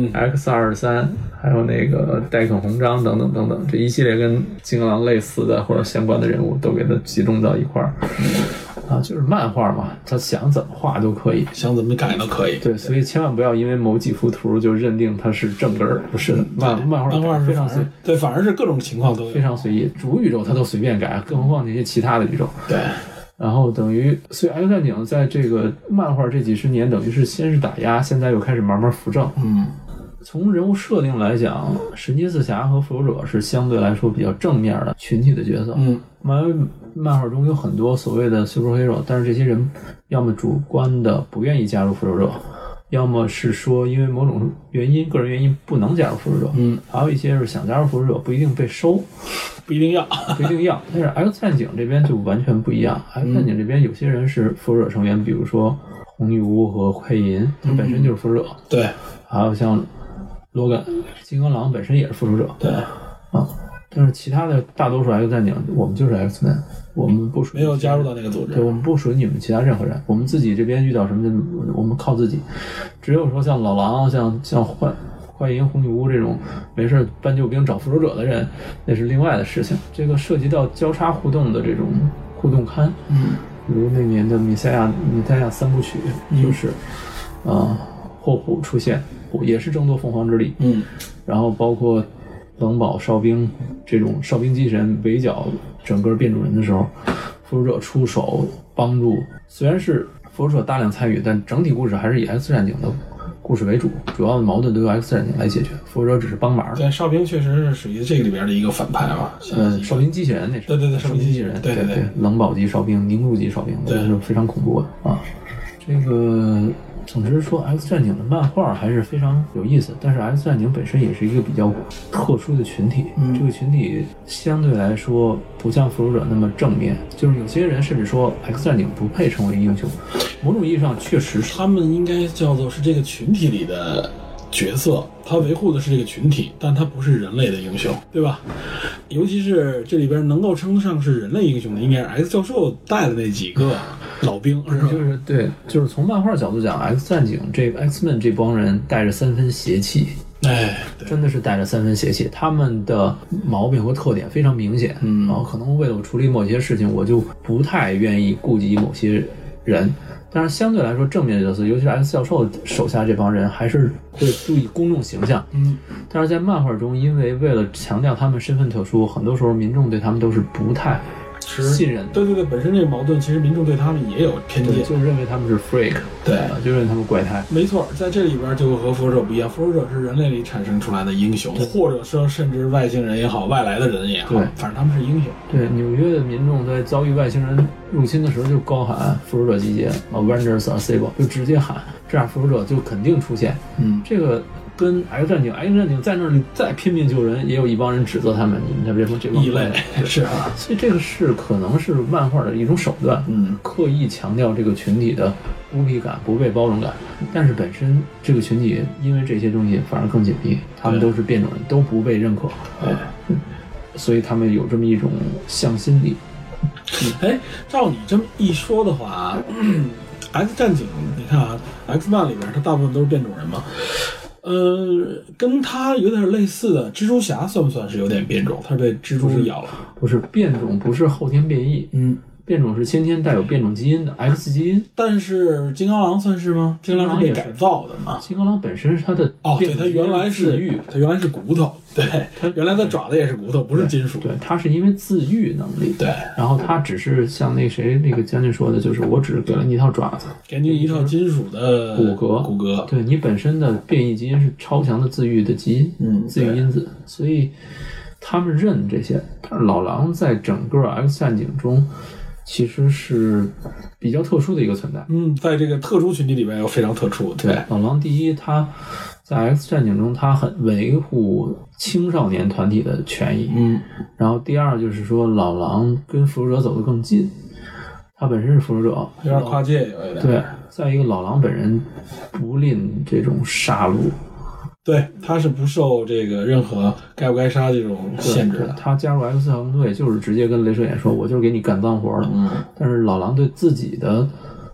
，X23，还有那个戴肯红章等等等等，这一系列跟金刚狼类似的或者相关的人物都给它集中到一块儿。就是漫画嘛，他想怎么画都可以， 想怎么改都可以。 对，所以千万不要因为某几幅图就认定它是正根儿，不是的。漫画非常随， 对，反而是各种情况都有， 非常随意。主宇宙它都随便改，更何况那些其他的宇宙。 对。 然后等于，所以 X 战警在这个漫画这几十年，等于是先是打压，现在又开始慢慢扶正。从人物设定来讲，神奇四侠和复仇者是相对来说比较正面的群体的角色。漫画中有很多所谓的 superhero， 但是这些人要么主观的不愿意加入复仇者，要么是说因为某种原因，个人原因不能加入复仇者。还有一些是想加入复仇者不一定被收， 不一定要。 但是 X 战警这边就完全不一样。X 战警这边有些人是复仇者成员，比如说红女巫和黑银，他本身就是复仇者。 对， 还有像罗根、金刚狼本身也是复仇者。 对， 但是其他的大多数 X 战警，我们就是 X-Men， 我们不属于没有加入到那个组织， 对，我们不属于你们其他任何人，我们自己这边遇到什么，我们靠自己。只有说像老狼、像坏银、红女巫这种没事搬救兵找复仇者的人，那是另外的事情。这个涉及到交叉互动的这种互动刊，比如那年的米赛亚三部曲，就是霍普出现，也是争夺凤凰之力，然后包括冷宝哨兵这种哨兵机器人围剿整个变种人的时候，复仇者出手帮助，虽然是复仇者大量参与，但整体故事还是以 X 战警的故事为主，主要的矛盾都由 X 战警来解决，复仇者只是帮忙。 对，哨兵确实是属于这个里边的一个反派嘛。 哨兵机器人那是。 对， 哨兵机器人， 对， 冷宝级哨兵、凝露级哨兵，对，是非常恐怖的啊。这个。总之说 X 战警的漫画还是非常有意思，但是 X 战警本身也是一个比较特殊的群体，这个群体相对来说不像复仇者那么正面，就是有些人甚至说 X 战警不配成为英雄，某种意义上确实是， 他们应该叫做是这个群体里的角色，他维护的是这个群体，但他不是人类的英雄，对吧？尤其是这里边能够称得上是人类英雄的，应该是 X 教授带的那几个老兵，是吧？ 就是对，就是从漫画角度讲 ，X 战警这个 X-Men 这帮人带着3分邪气，真的是带着3分邪气，他们的毛病和特点非常明显，然后可能为了我处理某些事情，我就不太愿意顾及某些人。但是相对来说，正面的角色，尤其是 X 教授手下这帮人，还是会注意公众形象。但是在漫画中，因为为了强调他们身份特殊，很多时候民众对他们都是不太信任。 对，本身这个矛盾，其实民众对他们也有偏见， 就认为他们是 freak， 对，就认为他们怪胎。 没错，在这里边就和复仇者不一样，复仇者是人类里产生出来的英雄，或者说甚至外星人也好，外来的人也好，反正他们是英雄。 对，纽约的民众在遭遇外星人入侵的时候，就高喊复仇者集结 ，Avengers Assemble， 就直接喊，这样复仇者就肯定出现。这个跟 X 战警在那里再拼命救人，也有一帮人指责他们，你们这帮异类，是啊。 所以这个是可能是漫画的一种手段，刻意强调这个群体的孤僻感、不被包容感，但是本身这个群体因为这些东西反而更紧密，他们都是变种人，都不被认可，所以他们有这么一种向心力。 照你这么一说的话，X 战警你看啊 ，X 漫里边它大部分都是变种人嘛。跟他有点类似的蜘蛛侠算不算是有点变种？他被蜘蛛咬了？ 不是变种，不是后天变异。 变种是先天带有变种基因的 X 基因。 但是金刚狼算是吗？金刚狼是被改造的嘛？ 金刚狼本身是它的对，它原来是它原来是骨头，对，它原来的爪子也是骨头，不是金属。 对，它是因为自愈能力。 对， 然后它只是像那个将军说的，就是我只给了你一套爪子， 给你一套金属的骨骼。 对，你本身的变异基因是超强的自愈的基因，自愈因子，所以他们认这些。但是老狼在整个 X 战警中其实是比较特殊的一个存在。 在这个特殊群体里面又非常特殊。对， 老狼第一，他在 X 战警中他很维护青少年团体的权益。然后第二就是说老狼跟复仇者走得更近，他本身是复仇者， 有点跨界，有点。 对，再一个老狼本人不吝这种杀戮。 对，他是不受这个任何该不该杀这种限制的。 他加入 X 特工队就是直接跟雷射眼说，我就是给你干脏活的。但是老狼对自己的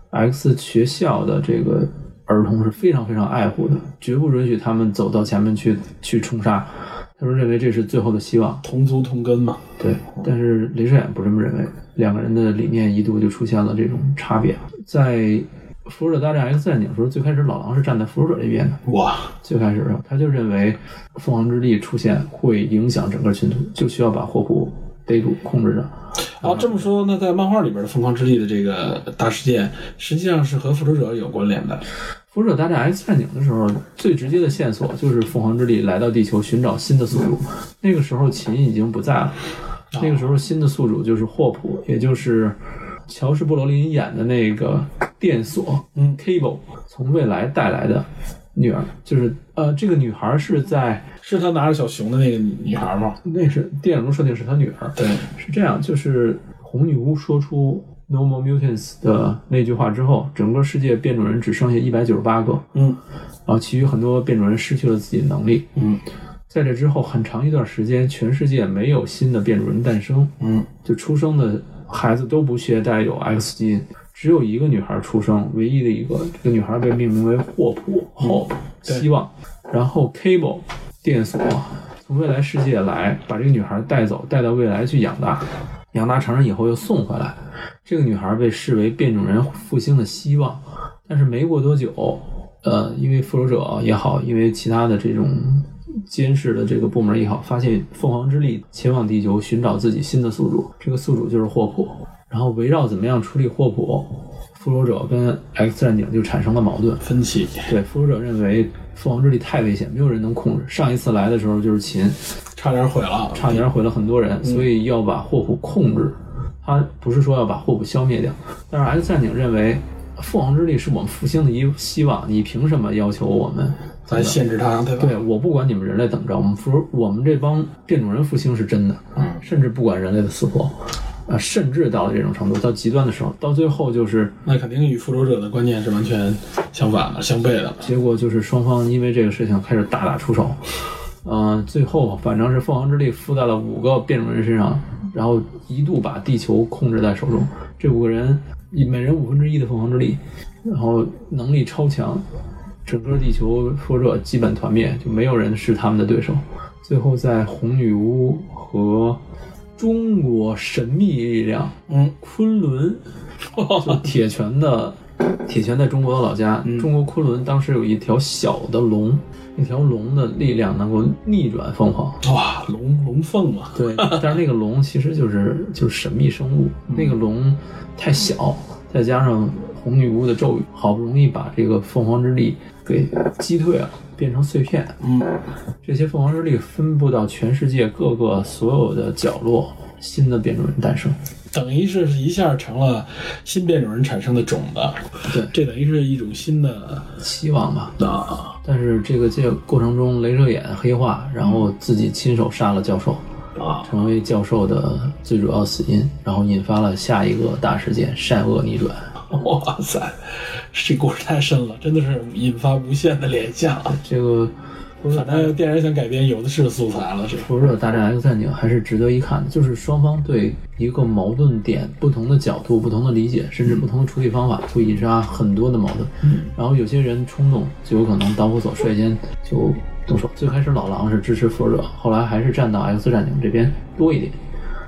X 学校的这个儿童是非常非常爱护的，绝不允许他们走到前面去冲杀。他说认为这是最后的希望， 同族同根嘛。 对，但是雷射眼不这么认为，两个人的理念一度就出现了这种差别。在复仇者大战 X 战警的时候，最开始老狼是站在复仇者这边的。 哇！ 最开始他就认为凤凰之力出现会影响整个群体，就需要把霍普逮住控制着。 这么说，那在漫画里边的凤凰之力的这个大事件，实际上是和复仇者有关联的。 复仇者大战 X 战警的时候，最直接的线索就是凤凰之力来到地球寻找新的宿主。那个时候秦已经不在了，那个时候新的宿主就是霍普，也就是乔什·布罗林演的那个电索Cable 从未来带来的女儿，就是这个女孩是他拿着小熊的那个女孩吗？ 那是电影中设定是他女儿。 对， 是这样，就是红女巫说出 No More Mutants 的那句话之后，整个世界变种人只剩下198个。然后其余很多变种人失去了自己的能力。在这之后很长一段时间，全世界没有新的变种人诞生。就出生的孩子都不携带有 X 基因，只有一个女孩出生，唯一的一个，这个女孩被命名为霍普，Hope 希望。然后 Cable 电索从未来世界来，把这个女孩带走，带到未来去养大，养大成人以后又送回来。这个女孩被视为变种人复兴的希望。但是没过多久，因为复仇者也好，因为其他的这种监视的这个部门也好，发现凤凰之力前往地球寻找自己新的宿主，这个宿主就是霍普。然后围绕怎么样处理霍普，复仇者跟 X 战警就产生了矛盾分歧。 对，复仇者认为凤凰之力太危险，没有人能控制。上一次来的时候就是秦，差点毁了很多人，所以要把霍普控制。他不是说要把霍普消灭掉，但是 X 战警认为凤凰之力是我们复兴的一希望，你凭什么要求我们咱限制他，对吧？ 对，我不管你们人类怎么着，我们这帮变种人复兴是真的，甚至不管人类的死活。甚至到了这种程度，到极端的时候，到最后就是那肯定与复仇者的观念是完全相反的、相悖的。 结果就是双方因为这个事情开始大打出手，最后反正是凤凰之力附在了5个变种人身上，然后一度把地球控制在手中。这5个人每人1/5的凤凰之力，然后能力超强，整个地球复仇者基本团灭，就没有人是他们的对手。最后在红女巫和中国神秘力量，昆仑，就铁拳在中国的老家，中国昆仑当时有一条小的龙，那条龙的力量能够逆转凤凰。 哇，龙凤嘛。 对，但是那个龙其实就是神秘生物，那个龙太小，再加上红女巫的咒语，好不容易把这个凤凰之力给击退了，变成碎片。这些凤凰之力分布到全世界各个所有的角落，新的变种人诞生， 等于是一下成了新变种人产生的种子。 对， 这等于是一种新的希望吧。但是这个过程中，雷射眼黑化，然后自己亲手杀了教授，成为教授的最主要死因，然后引发了下一个大事件——善恶逆转。 哇塞，这故事太深了，真的是引发无限的联想。 这个反正电影想改编有的是素材了。 复仇者大战 X 战警还是值得一看的，就是双方对一个矛盾点不同的角度、不同的理解，甚至不同的处理方法，会引发很多的矛盾。然后有些人冲动，就有可能导火索率先就动手。最开始老狼是支持复仇者，后来还是站到 X 战警这边多一点。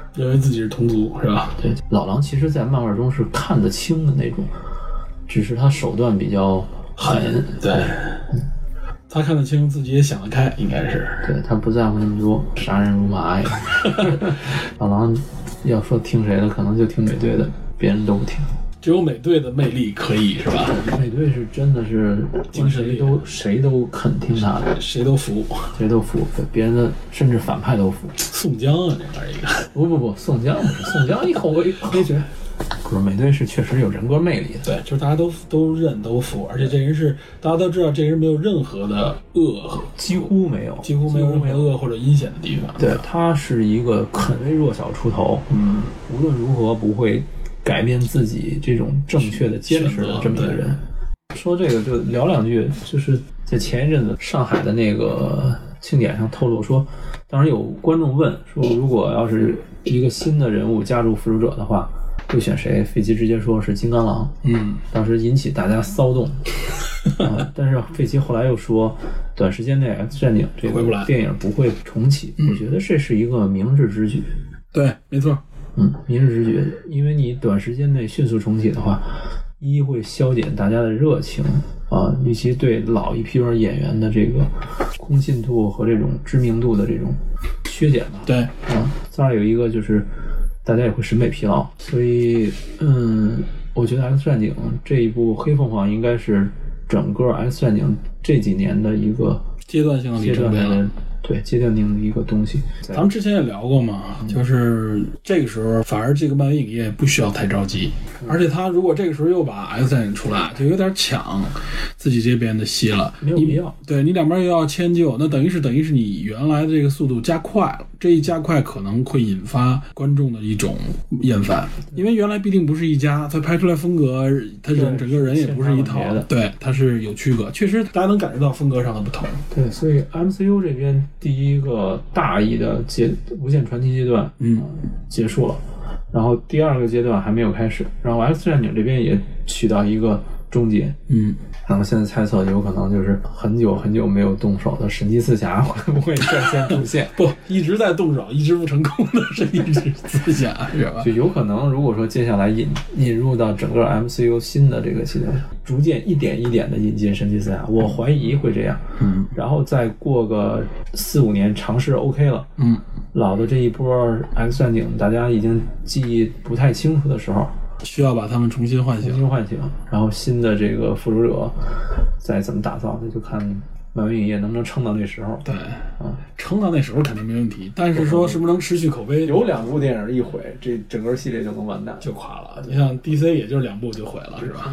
认为自己是同族是吧？ 对，老狼其实在漫画中是看得清的那种，只是他手段比较狠。 对，他看得清，自己也想得开，应该是。 对，他不在乎那么多，杀人如麻呀。老狼要说听谁的，可能就听美队的，别人都不听。 只有美队的魅力可以是吧？ 美队是真的是精神力， 谁都肯听他的， 谁都服， 别人的甚至反派都服。 宋江啊，这边一个不，宋江不是宋江一口黑血。不是，美队是确实有人格魅力的。 对，就是大家都认都服，而且这人是大家都知道，这人没有任何的恶， 几乎没有任何恶或者阴险的地方。 对，他是一个肯为弱小出头，无论如何不会改变自己这种正确的坚持的这么一个人。说这个就聊两句，就是在前一阵子上海的那个庆典上透露说，当时有观众问说，如果要是一个新的人物加入复仇者的话，会选谁？费奇直接说是金刚狼。当时引起大家骚动。但是费奇后来又说，短时间内 X 战警这个电影不会重启。我觉得这是一个明智之举。 对，没错。 明智之举，因为你短时间内迅速重启的话，一会消减大家的热情啊，以及对老一批演员的这个公信度和这种知名度的这种削减吧。 对， 再有一个就是大家也会审美疲劳，所以我觉得 X 战警这一部黑凤凰应该是整个 X 战警这几年的一个阶段性的里程碑了。 对，阶段性的一个东西。 咱们之前也聊过嘛，就是这个时候反而这个漫威影业不需要太着急，而且他如果这个时候又把 X 战警出来，就有点抢自己这边的戏了， 没有必要。 对，你两边又要迁就，那等于是你原来的这个速度加快了，这一加快可能会引发观众的一种厌烦，因为原来必定不是一家，他拍出来风格，他整个人也不是一套的，对，他是有区隔，确实大家能感受到风格上的不同。 对，所以 MCU 这边第一个大意的无限传奇阶段结束了，然后第二个阶段还没有开始，然后 X 战警这边也取到一个终结。然后现在猜测有可能就是很久很久没有动手的神奇四侠会不会率先出现？ 不，一直在动手一直不成功的神奇四侠是吧？ 就有可能如果说接下来引入到整个 MCU 新的这个系统，逐渐一点一点的引进神奇四侠，我怀疑会这样。然后再过个4-5年尝试 OK 了，老的这一波 X 战警大家已经记忆不太清楚的时候， 需要把他们重新唤醒， 然后新的这个复仇者再怎么打造，那就看漫威影业能不能撑到那时候。 对，撑到那时候肯定没问题，但是说是不是能持续口碑？ 有2部电影一毁，这整个系列就能完蛋， 就垮了。你像 DC 也就是2部就毁了，是吧？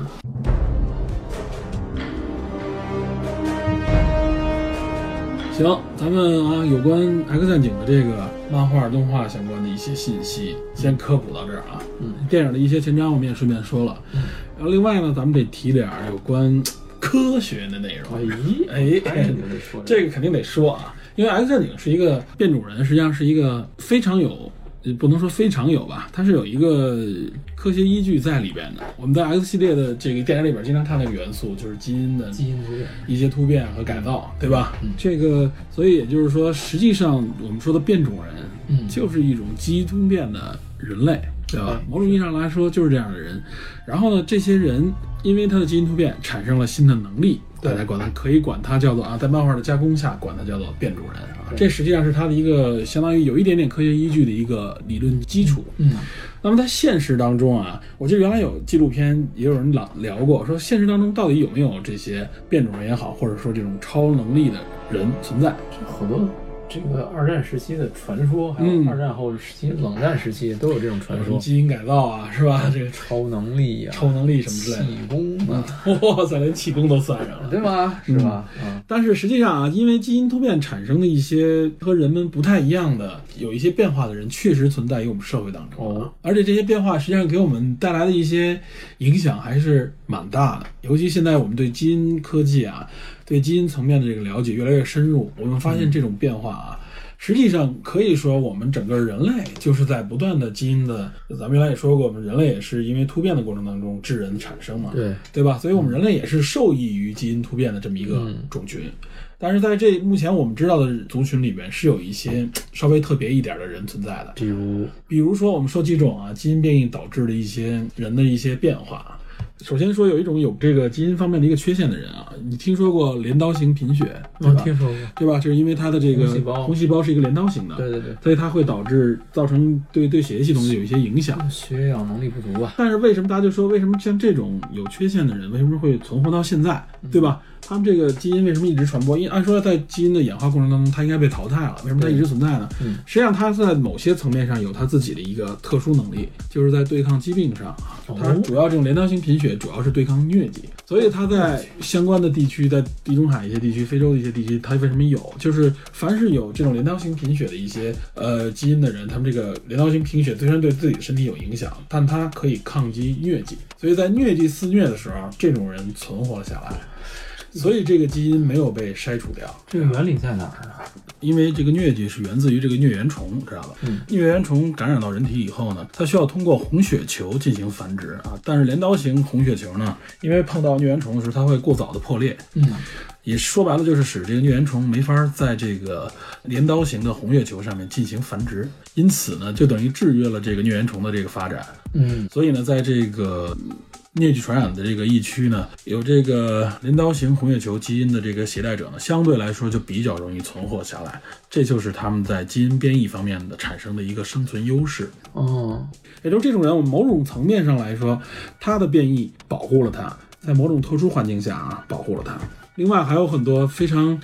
行，咱们有关 X 战警的这个漫画、动画相关的一些信息，先科普到这儿啊。电影的一些前瞻我们也顺便说了。然后另外呢，咱们得提点有关科学的内容。这个肯定得说啊，因为 X 战警是一个变种人，实际上是一个非常有。不能说非常有吧，它是有一个科学依据在里边的。我们在 X 系列的这个电影里边经常看到元素，就是基因突变、一些突变和改造，对吧？这个，所以也就是说，实际上我们说的变种人，就是一种基因突变的人类，对吧？某种意义上来说，就是这样的人。然后呢，这些人因为他的基因突变产生了新的能力，大家可以管它叫做在漫画的加工下管它叫做变种人啊。这实际上是它的一个相当于有一点点科学依据的一个理论基础。那么在现实当中啊，我记得原来有纪录片也有人聊过，说现实当中到底有没有这些变种人也好，或者说这种超能力的人存在？ 好多这个2战时期的传说，还有2战后时期、冷战时期都有这种传说， 基因改造啊，是吧？这个超能力啊， 超能力什么之类的， 气功啊， 哇塞，连气功都算上了， 对吧？是吧？ 但是实际上啊，因为基因突变产生的一些和人们不太一样的、有一些变化的人，确实存在于我们社会当中。而且这些变化实际上给我们带来的一些影响还是蛮大的。尤其现在我们对基因科技啊，对基因层面的这个了解越来越深入，我们发现这种变化啊， 实际上可以说我们整个人类就是在不断的基因的，咱们原来也说过，我们人类也是因为突变的过程当中智人产生嘛，对吧？所以我们人类也是受益于基因突变的这么一个种群。但是在这目前我们知道的族群里边，是有一些稍微特别一点的人存在的，比如说我们说几种啊基因变异导致的一些人的一些变化。首先说有一种有这个基因方面的一个缺陷的人啊，你听说过镰刀型贫血？ 我听说过， 对吧？就是因为它的这个红细胞是一个镰刀型的， 对， 所以它会造成对血液系统有一些影响， 血氧能力不足吧。 但是为什么大家就说为什么像这种有缺陷的人为什么会存活到现在，对吧？他们这个基因为什么一直传播？因为按说在基因的演化过程当中，它应该被淘汰了，为什么它一直存在呢？实际上它在某些层面上有它自己的一个特殊能力，就是在对抗疾病上，它主要这种镰刀型贫血主要是对抗疟疾，所以它在相关的地区，在地中海一些地区、非洲的一些地区，它为什么有？就是凡是有这种镰刀型贫血的一些基因的人，他们这个镰刀型贫血虽然对自己的身体有影响，但它可以抗击疟疾，所以在疟疾肆虐的时候，这种人存活了下来。所以这个基因没有被筛除掉。 这个原理在哪儿呢？ 因为这个疟疾是源自于这个疟原虫，知道吧？疟原虫感染到人体以后呢，它需要通过红血球进行繁殖啊。但是镰刀型红血球呢，因为碰到疟原虫的时候，它会过早的破裂。也说白了就是使这个疟原虫没法在这个镰刀型的红血球上面进行繁殖，因此呢，就等于制约了这个疟原虫的这个发展。所以呢，在这个疟疾传染的这个疫区呢，有这个镰刀型红血球基因的这个携带者呢，相对来说就比较容易存活下来，这就是他们在基因编译方面的产生的一个生存优势。也就是这种人，我们某种层面上来说，他的变异保护了他，在某种特殊环境下啊，保护了他。另外还有很多非常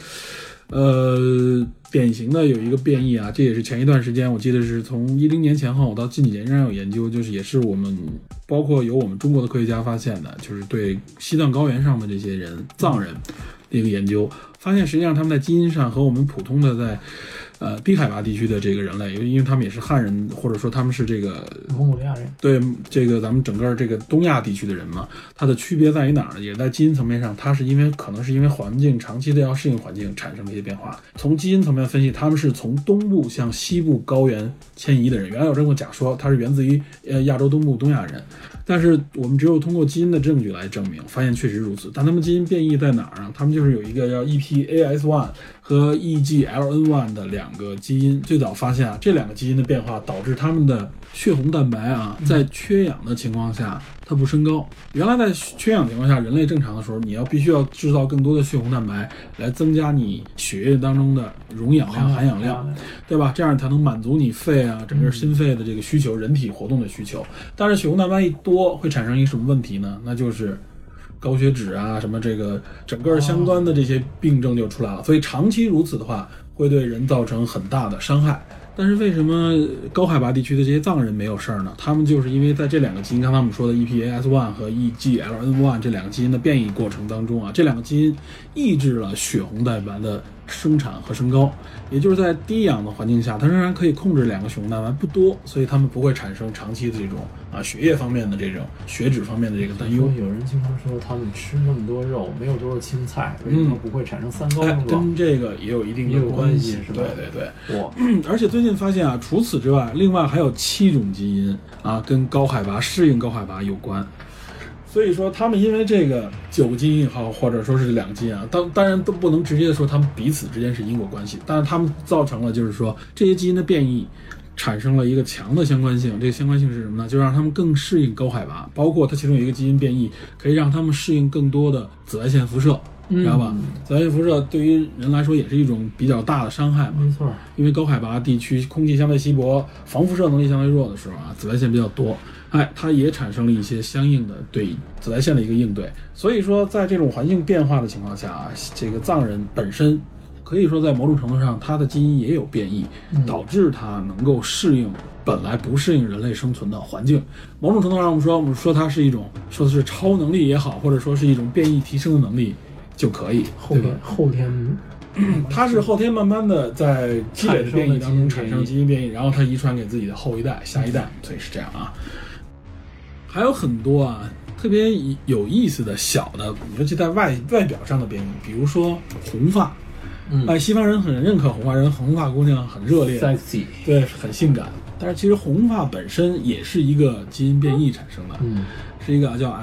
典型的有一个变异啊，这也是前一段时间我记得是从10年前后到近几年仍然有研究，就是也是我们包括有我们中国的科学家发现的，就是对西藏高原上的这些人藏人的一个研究，发现实际上他们在基因上和我们普通的在低海拔地区的这个人类，因为他们也是汉人，或者说他们是这个蒙古利亚人， 对这个咱们整个这个东亚地区的人嘛，它的区别在于哪儿呢？也在基因层面上，它是可能是因为环境长期的要适应环境产生的一些变化。从基因层面分析，他们是从东部向西部高原迁移的人，原来有这么假说，它是源自于亚洲东部东亚人，但是我们只有通过基因的证据来证明，发现确实如此。但他们基因变异在哪儿啊？他们就是有一个叫 EPAS1 和 EGLN1 的两个基因，最早发现啊，这两个基因的变化导致他们的血红蛋白啊，在缺氧的情况下它不升高。原来在缺氧情况下，人类正常的时候，你必须要制造更多的血红蛋白来增加你血液当中的溶氧量、含氧量，对吧？这样才能满足你肺啊整个心肺的这个需求，人体活动的需求。但是血红蛋白一多会产生一个什么问题呢？那就是高血脂啊，什么这个整个相关的这些病症就出来了。所以长期如此的话，会对人造成很大的伤害。但是为什么高海拔地区的这些藏人没有事儿呢？他们就是因为在这两个基因，刚才我们说的 EPAS1 和 EGLN1 这两个基因的变异过程当中啊，这两个基因抑制了血红蛋白的生产和升高，也就是在低氧的环境下，它仍然可以控制两个血红蛋白不多，所以它们不会产生长期的这种血液方面的这种血脂方面的这个担忧。 有人经常说他们吃那么多肉，没有多少青菜，为什么不会产生三高症状？ 跟这个也有一定的关系， 是吧？ 对。而且最近发现啊，除此之外，另外还有7种基因啊，跟高海拔适应高海拔有关。所以说他们因为这个9个基因也好，或者说是2个基因啊，当然都不能直接的说他们彼此之间是因果关系，但是他们造成了就是说这些基因的变异产生了一个强的相关性。这个相关性是什么呢？就让他们更适应高海拔，包括它其中有一个基因变异可以让他们适应更多的紫外线辐射，知道吧？紫外线辐射对于人来说也是一种比较大的伤害嘛。 没错， 因为高海拔地区空气相对稀薄，防辐射能力相对弱的时候啊，紫外线比较多，它也产生了一些相应的对紫外线的一个应对。所以说在这种环境变化的情况下啊，这个藏人本身可以说在某种程度上他的基因也有变异，导致他能够适应本来不适应人类生存的环境。某种程度上我们说它是一种，说的是超能力也好，或者说是一种变异提升的能力就可以。 后天它是后天慢慢的在积累的变异当中产生基因变异，然后它遗传给自己的后一代、下一代，所以是这样啊。还有很多啊特别有意思的小的，尤其在外表上的变异，比如说红发。 西方人很认可红发，红发姑娘很热烈 sexy， 对，很性感。但是其实红发本身也是一个基因变异产生的，是一个叫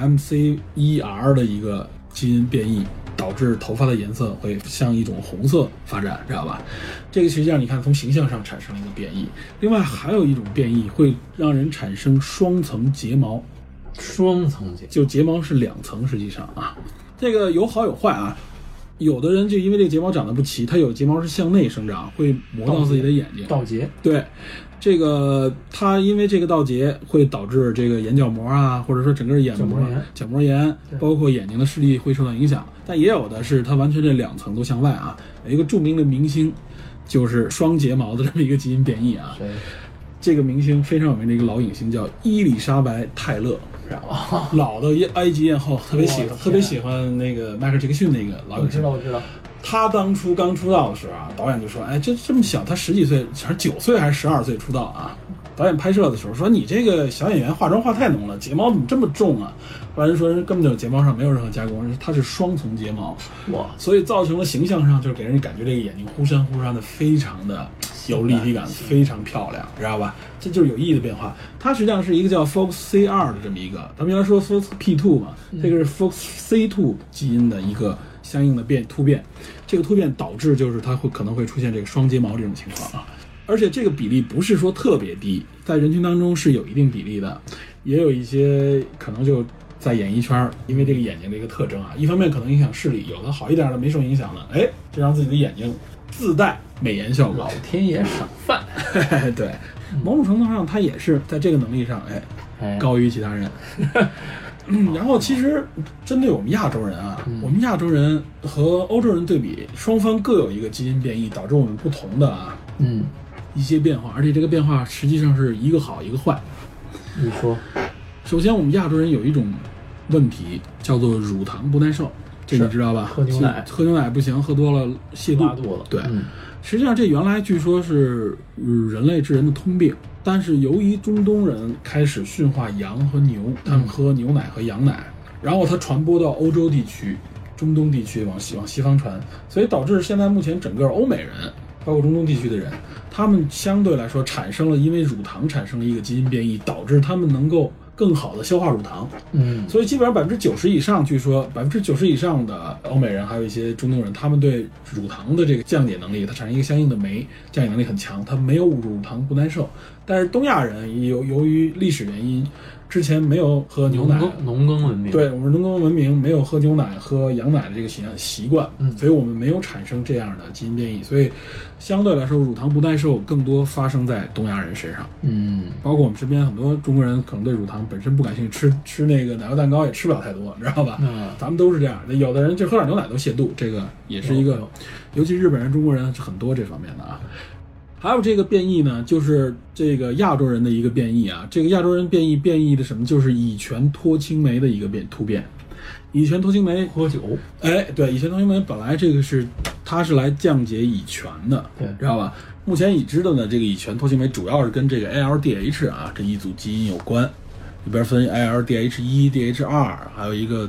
MCER 的一个基因变异，导致头发的颜色会向一种红色发展，知道吧？这个实际上你看从形象上产生了一个变异。另外还有一种变异会让人产生双层睫毛， 双层睫就睫毛是2层，实际上啊，这个有好有坏啊。有的人就因为这个睫毛长得不齐，他有睫毛是向内生长，会磨到自己的眼睛。 倒睫， 对，这个他因为这个倒睫会导致这个眼角膜啊，或者说整个眼膜角膜炎，包括眼睛的视力会受到影响。但也有的是他完全这2层都向外啊。有一个著名的明星，就是双睫毛的这么一个基因变异啊。这个明星非常有名的一个老影星叫伊丽莎白·泰勒。老的埃及艳后，特别喜欢那个迈克尔·杰克逊那个老影星。 我知道。 他当初刚出道的时候啊，导演就说：“哎，这么小，他10几岁，还是9岁还是12岁出道啊？”导演拍摄的时候说：“你这个小演员化妆化太浓了，睫毛怎么这么重啊？”后来人说人根本就睫毛上没有任何加工，它是双层睫毛，哇！所以造成了形象上就是给人感觉这个眼睛忽闪忽闪的，非常的有立体感，非常漂亮，知道吧？这就是有意义的变化。它实际上是一个叫 FOXC2 的这么一个，咱们原来说 FOXP2 嘛，这个是 FOXC2 基因的一个相应的突变，这个突变导致就是它可能会出现这个双睫毛这种情况啊。而且这个比例不是说特别低，在人群当中是有一定比例的，也有一些可能就在演艺圈，因为这个眼睛的一个特征啊，一方面可能影响视力，有的好一点的没受影响的，哎，这让自己的眼睛自带美颜效果， 老天爷赏饭。 对，某种程度上它也是在这个能力上，高于其他人。然后其实针对我们亚洲人啊，我们亚洲人和欧洲人对比，双方各有一个基因变异，导致我们不同的一些变化，而且这个变化实际上是一个好一个坏。 你说， 首先我们亚洲人有一种问题叫做乳糖不耐受，这你知道吧？ 喝牛奶不行，喝多了泻肚， 拉肚子。 对，实际上这原来据说是人类致人的通病，但是由于中东人开始驯化羊和牛，他们喝牛奶和羊奶，然后它传播到欧洲地区、中东地区往西方传，所以导致现在目前整个欧美人，包括中东地区的人，他们相对来说产生了因为乳糖产生了一个基因变异，导致他们能够更好的消化乳糖。所以基本上90%以上，据说90%以上的欧美人还有一些中东人，他们对乳糖的这个降解能力，它产生一个相应的酶降解能力很强，他没有乳糖不耐受。但是东亚人由于历史原因，之前没有喝牛奶， 农耕文明， 对，我们是农耕文明，没有喝牛奶喝羊奶的这个习惯，所以我们没有产生这样的基因变异，所以相对来说乳糖不耐受更多发生在东亚人身上。包括我们身边很多中国人可能对乳糖本身不感兴趣，吃那个奶油蛋糕也吃不了太多，你知道吧？咱们都是这样的，有的人就喝点牛奶都泻肚，这个也是一个，尤其日本人、中国人是很多这方面的啊。还有这个变异呢，就是这个亚洲人的一个变异啊。这个亚洲人变异的什么？就是乙醛脱氢酶的一个突变。乙醛脱氢酶喝酒， 对，乙醛脱氢酶本来这个它是来降解乙醛的， 对， 知道吧？目前已知的呢，这个乙醛脱氢酶主要是跟这个 ALDH 啊这一组基因有关，里边分 ALDH1、DH2，还有一个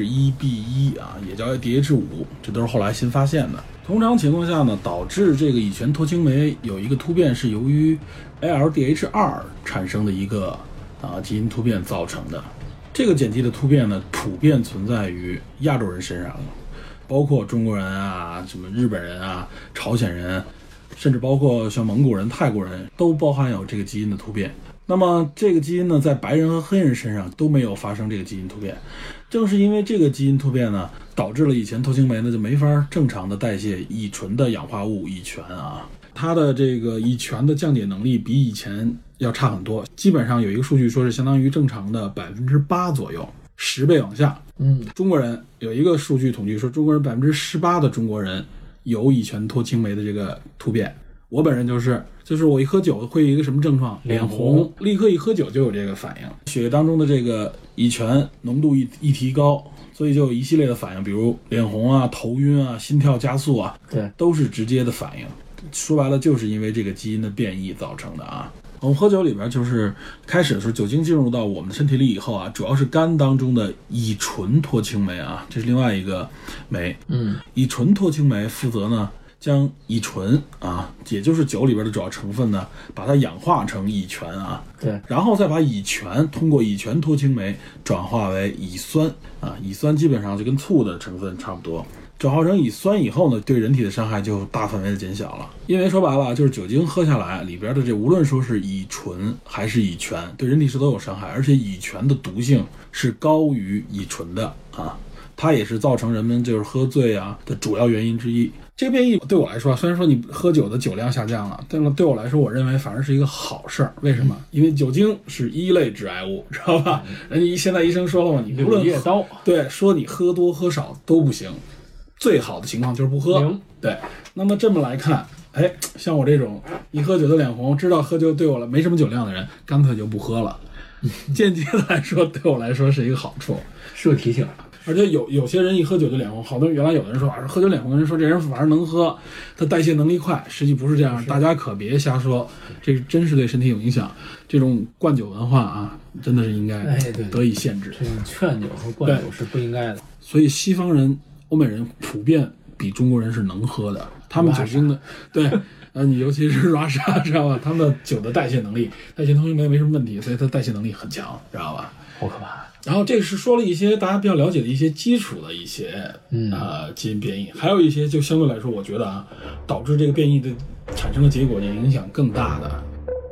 DH1B1 啊，也叫 DH5，这都是后来新发现的。通常情况下呢，导致这个乙醛脱氢酶有一个突变，是由于 ALDH2 产生的一个基因突变造成的。这个碱基的突变呢，普遍存在于亚洲人身上，包括中国人啊、什么日本人啊、朝鲜人，甚至包括像蒙古人、泰国人，都包含有这个基因的突变。那么这个基因呢，在白人和黑人身上都没有发生这个基因突变。正是因为这个基因突变呢，导致了乙醛脱氢酶呢就没法正常的代谢乙醇的氧化物乙醛啊，它的这个乙醛的降解能力比以前要差很多，基本上有一个数据说是相当于正常的8%左右，10倍往下。中国人有一个数据统计说，中国人18%的中国人有乙醛脱氢酶的这个突变。我本人就是我一喝酒会有一个什么症状？脸红，立刻一喝酒就有这个反应。血液当中的这个乙醛浓度一提高，所以就有一系列的反应，比如脸红啊、头晕啊、心跳加速啊， 对， 都是直接的反应。说白了就是因为这个基因的变异造成的啊。我们喝酒里边就是开始的时候，酒精进入到我们的身体里以后啊，主要是肝当中的乙醇脱氢酶啊，这是另外一个酶。乙醇脱氢酶负责呢将乙醇啊，也就是酒里边的主要成分呢，把它氧化成乙醛啊， 对， 然后再把乙醛通过乙醛脱氢酶转化为乙酸啊，乙酸基本上就跟醋的成分差不多。转化成乙酸以后呢，对人体的伤害就大范围的减小了。因为说白了就是酒精喝下来里边的这无论说是乙醇还是乙醛，对人体是都有伤害，而且乙醛的毒性是高于乙醇的啊，它也是造成人们就是喝醉啊的主要原因之一。这个变异对我来说，虽然说你喝酒的酒量下降了，但是对我来说，我认为反而是一个好事儿。为什么？因为酒精是一类致癌物，知道吧？人家现在医生说了嘛，你无论夜刀， 对，说你喝多喝少都不行。最好的情况就是不喝，对。那么这么来看，哎，像我这种一喝酒就脸红，知道喝酒对我来没什么酒量的人，干脆就不喝了。间接的来说，对我来说是一个好处， 是个提醒。 而且有些人一喝酒就脸红，好多原来有的人说啊，喝酒脸红的人说这人反而能喝，他代谢能力快，实际不是这样，大家可别瞎说，这真是对身体有影响。这种灌酒文化啊，真的是应该得以限制。 这种劝酒和灌酒是不应该的。 所以西方人、欧美人普遍比中国人是能喝的，他们酒精的对。你尤其是 Russia 知道吧？他们的酒的代谢能力、代谢通讯没什么问题，所以它代谢能力很强，知道吧？ 好可怕。 然后这是说了一些大家比较了解的一些基础的一些基因变异，还有一些就相对来说，我觉得啊，导致这个变异的产生的结果呢影响更大的。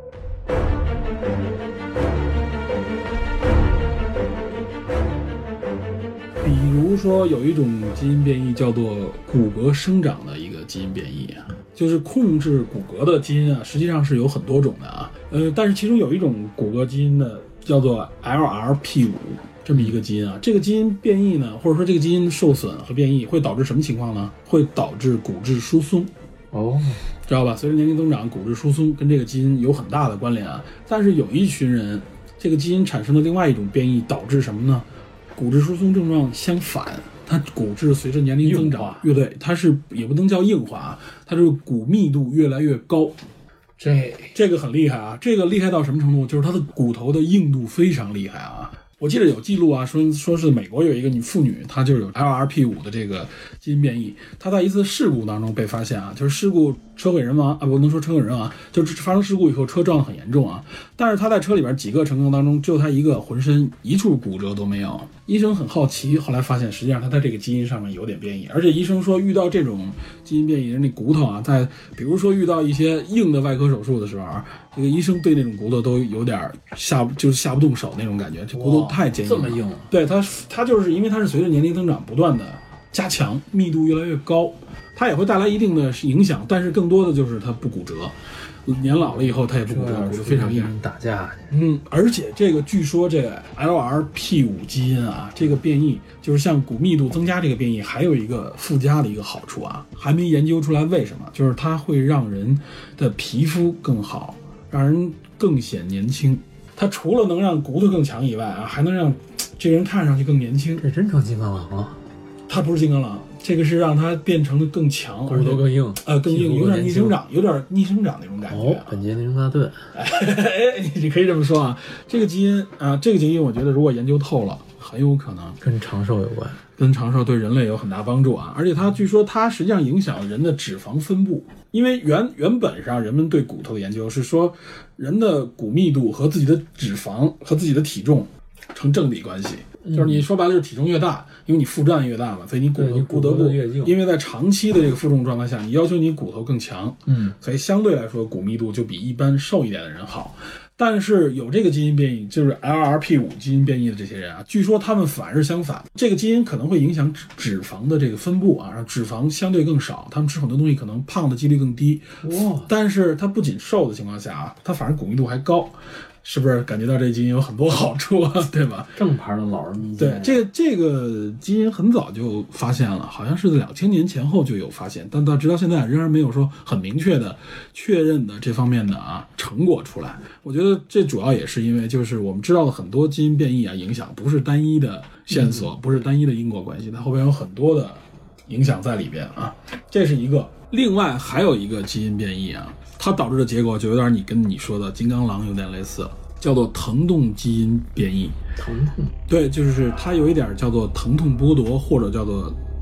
比如说有一种基因变异叫做骨骼生长的一个基因变异啊，就是控制骨骼的基因啊，实际上是有很多种的啊，但是其中有一种骨骼基因呢叫做 LRP5 这么一个基因啊，这个基因变异呢，或者说这个基因受损和变异会导致什么情况呢？会导致骨质疏松。哦，知道吧？随着年龄增长，骨质疏松跟这个基因有很大的关联啊。但是有一群人，这个基因产生的另外一种变异导致什么呢？骨质疏松症状相反，它骨质随着年龄增长越对，它是也不能叫硬化，它是骨密度越来越高。这个很厉害啊！这个厉害到什么程度？就是它的骨头的硬度非常厉害啊！我记得有记录啊，说是美国有一个妇女，她就是有 LRP5 的这个基因变异，她在一次事故当中被发现啊，就是事故车毁人亡啊，不能说车毁人亡，就是发生事故以后车撞得很严重啊，但是她在车里边几个乘客当中，就她一个浑身一处骨折都没有。医生很好奇，后来发现实际上她在这个基因上面有点变异，而且医生说遇到这种基因变异人那骨头啊，在比如说遇到一些硬的外科手术的时候啊，这个医生对那种骨头都有点下不动手那种感觉，这骨头太坚硬了， 这么硬。对， 它就是因为它是随着年龄增长不断的加强，密度越来越高，它也会带来一定的影响，但是更多的就是它不骨折。年老了以后它也不骨折，骨头非常硬。 打架。 而且这个据说这个 LRP5 基因啊，这个变异就是像骨密度增加这个变异，还有一个附加的一个好处啊，还没研究出来为什么，就是它会让人的皮肤更好，让人更显年轻。它除了能让骨头更强以外啊，还能让这个人看上去更年轻。 这真成金刚狼了。 它不是金刚狼，这个是让它变成的更强， 骨头更硬， 更硬，有点逆生长，那种感觉。 本杰明·巴顿， 你可以这么说啊。这个基因啊，这个基因，我觉得如果研究透了，很有可能跟长寿有关， 跟长寿对人类有很大帮助啊。而且它据说它实际上影响人的脂肪分布，因为原本上人们对骨头的研究是说，人的骨密度和自己的脂肪和自己的体重成正比关系。就是你说白了就是体重越大，因为你负担越大嘛，所以你骨头不得不越硬， 因为在长期的这个负重状态下，你要求你骨头更强，所以相对来说骨密度就比一般瘦一点的人好。但是有这个基因变异，就是 LRP5 基因变异的这些人啊，据说他们反而是相反，这个基因可能会影响脂肪的这个分布啊，让脂肪相对更少，他们吃很多东西可能胖的几率更低。但是他不仅瘦的情况下啊，他反而骨密度还高。是不是感觉到这基因有很多好处啊？对吧？ 正牌的老人迷。 对，这个基因很早就发现了，好像是在2000年前后就有发现，但直到现在仍然没有说很明确的确认的这方面的成果出来。我觉得这主要也是因为就是我们知道了很多基因变异影响不是单一的线索，不是单一的因果关系，它后边有很多的影响在里边啊。这是一个。另外还有一个基因变异啊，它导致的结果就有点跟你说的金刚狼有点类似了，叫做疼痛基因变异。疼痛？对，就是它有一点叫做疼痛剥夺，或者叫做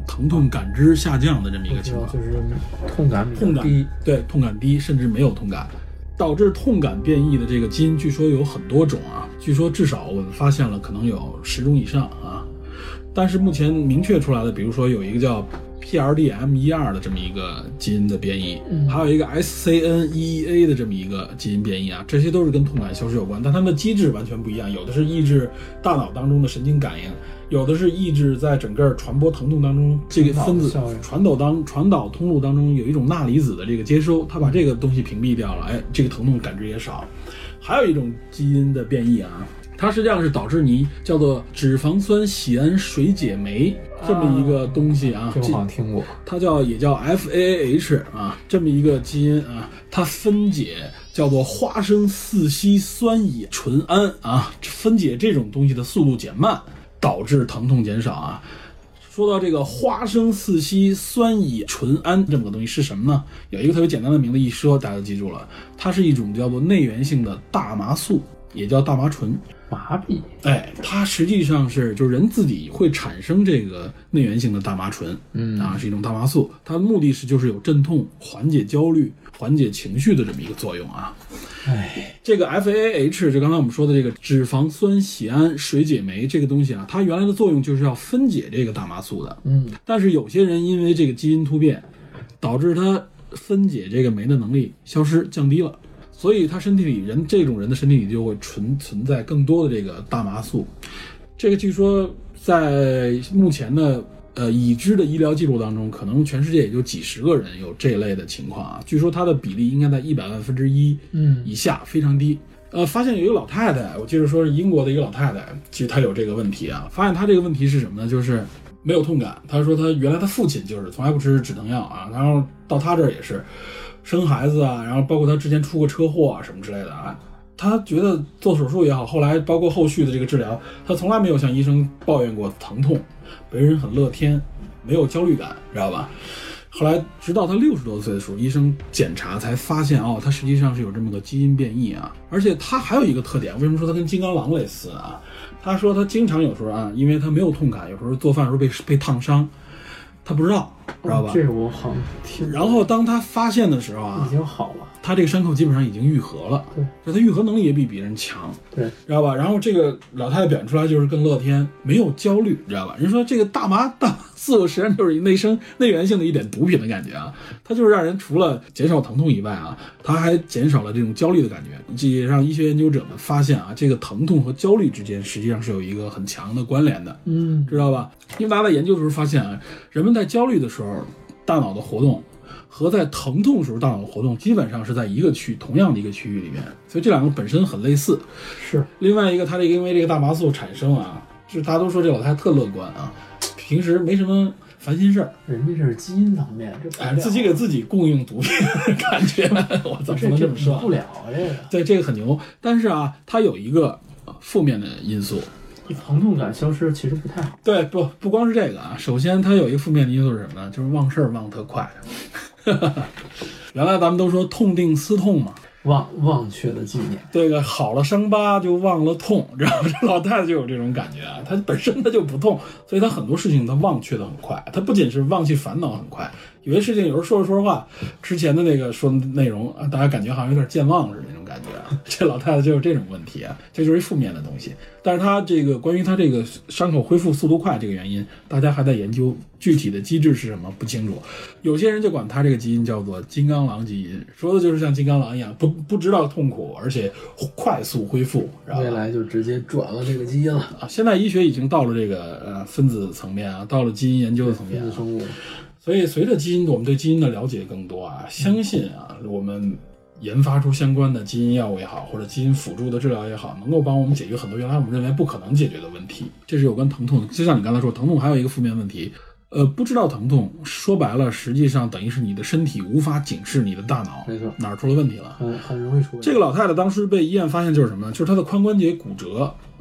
疼痛感知下降的这么一个情况， 就是痛感比较低， 对，痛感低，甚至没有痛感。导致痛感变异的这个基因，据说有很多种啊，据说至少我们发现了可能有10种以上啊。但是目前明确出来的，比如说有一个叫 PRDM12的这么一个基因的变异，还有一个 SCN1A 的这么一个基因变异啊，这些都是跟痛感消失有关，但它们的机制完全不一样，有的是抑制大脑当中的神经感应，有的是抑制在整个传播疼痛当中这个分子传导通路当中有一种钠离子的这个接收，它把这个东西屏蔽掉了，哎，这个疼痛感知也少。还有一种基因的变异啊，它实际上是导致你叫做脂肪酸酰胺水解酶这么一个东西啊， 这我好像听过， 它也叫 FAAH 啊，这么一个基因啊，它分解叫做花生4烯酸乙醇胺啊，分解这种东西的速度减慢，导致疼痛减少啊。说到这个花生4烯酸乙醇胺这么个东西是什么呢？有一个特别简单的名字，一说大家就记住了，它是一种叫做内源性的大麻素，也叫大麻醇。 麻痹， 哎，它实际上是就是人自己会产生这个内源性的大麻醇，是一种大麻素，它的目的就是有镇痛、缓解焦虑、缓解情绪的这么一个作用啊。这个 FAAH 就刚才我们说的这个脂肪酸酰胺水解酶这个东西啊，它原来的作用就是要分解这个大麻素的，但是有些人因为这个基因突变，导致它分解这个酶的能力消失降低了。所以他身体里这种人的身体里就会存在更多的这个大麻素，这个据说在目前的已知的医疗记录当中，可能全世界也就几十个人有这类的情况啊。据说它的比例应该在100万分之1以下，非常低。发现有一个老太太，我记得说是英国的一个老太太，其实她有这个问题啊。发现她这个问题是什么呢？就是没有痛感。她说她原来她父亲就是从来不吃止疼药啊，然后到她这儿也是。生孩子啊，然后包括他之前出过车祸啊什么之类的啊，他觉得做手术也好，后来包括后续的这个治疗，他从来没有向医生抱怨过疼痛，为人很乐天，没有焦虑感，知道吧？后来直到他60多岁的时候，医生检查才发现他实际上是有这么个基因变异啊，而且他还有一个特点，为什么说他跟金刚狼类似啊？他说他经常有时候啊，因为他没有痛感，有时候做饭的时候被烫伤。他不知道，知道吧？ 这个我好像听。 然后当他发现的时候啊， 已经好了， 他这个伤口基本上已经愈合了。 对， 就他愈合能力也比别人强。 对， 知道吧？然后这个老太太表现出来就是更乐天，没有焦虑，知道吧？人说这个大麻素实际上就是内源性的一点毒品的感觉啊，它就是让人除了减少疼痛以外啊，它还减少了这种焦虑的感觉。这也让医学研究者们发现啊，这个疼痛和焦虑之间实际上是有一个很强的关联的。知道吧？因为大家在研究的时候发现啊，人们在焦虑的时候，大脑的活动和在疼痛时候大脑的活动基本上是在同样的一个区域里面，所以这两个本身很类似。 是。 另外一个，它因为这个大麻素产生啊，就大家都说这老太太特乐观啊，平时没什么烦心事儿。 人家这是基因层面， 自己给自己供应毒品的感觉，我怎么不能这么说？ 不了这个。 对，这个很牛，但是啊，它有一个负面的因素。 疼痛感消失其实不太好。 对，不光是这个啊，首先它有一个负面的因素是什么呢？就是忘事儿忘特快。原来咱们都说痛定思痛嘛， 忘却的纪念。 这个好了伤疤就忘了痛，然后这老太太就有这种感觉啊，她本身她就不痛，所以她很多事情她忘却的很快。她不仅是忘记烦恼很快，有些事情有时候说话之前的那个说的内容啊，大家感觉好像有点健忘似的那种感觉啊。这老太太就有这种问题啊，这就是一负面的东西。但是她这个关于她这个伤口恢复速度快这个原因，大家还在研究，具体的机制是什么不清楚。有些人就管她这个基因叫做金刚狼基因，说的就是像金刚狼一样，不知道痛苦，而且快速恢复。 未来就直接转了这个基因了啊！现在医学已经到了这个分子层面啊，到了基因研究的层面， 分子生物。 所以随着我们对基因的了解更多啊，相信啊，我们研发出相关的基因药物也好，或者基因辅助的治疗也好，能够帮我们解决很多原来我们认为不可能解决的问题。这是有关疼痛的。就像你刚才说，疼痛还有一个负面问题，不知道疼痛，说白了，实际上等于是你的身体无法警示你的大脑， 没错， 哪儿出了问题了， 很容易出问题。 这个老太太当时被医院发现就是什么呢？就是她的髋关节骨折。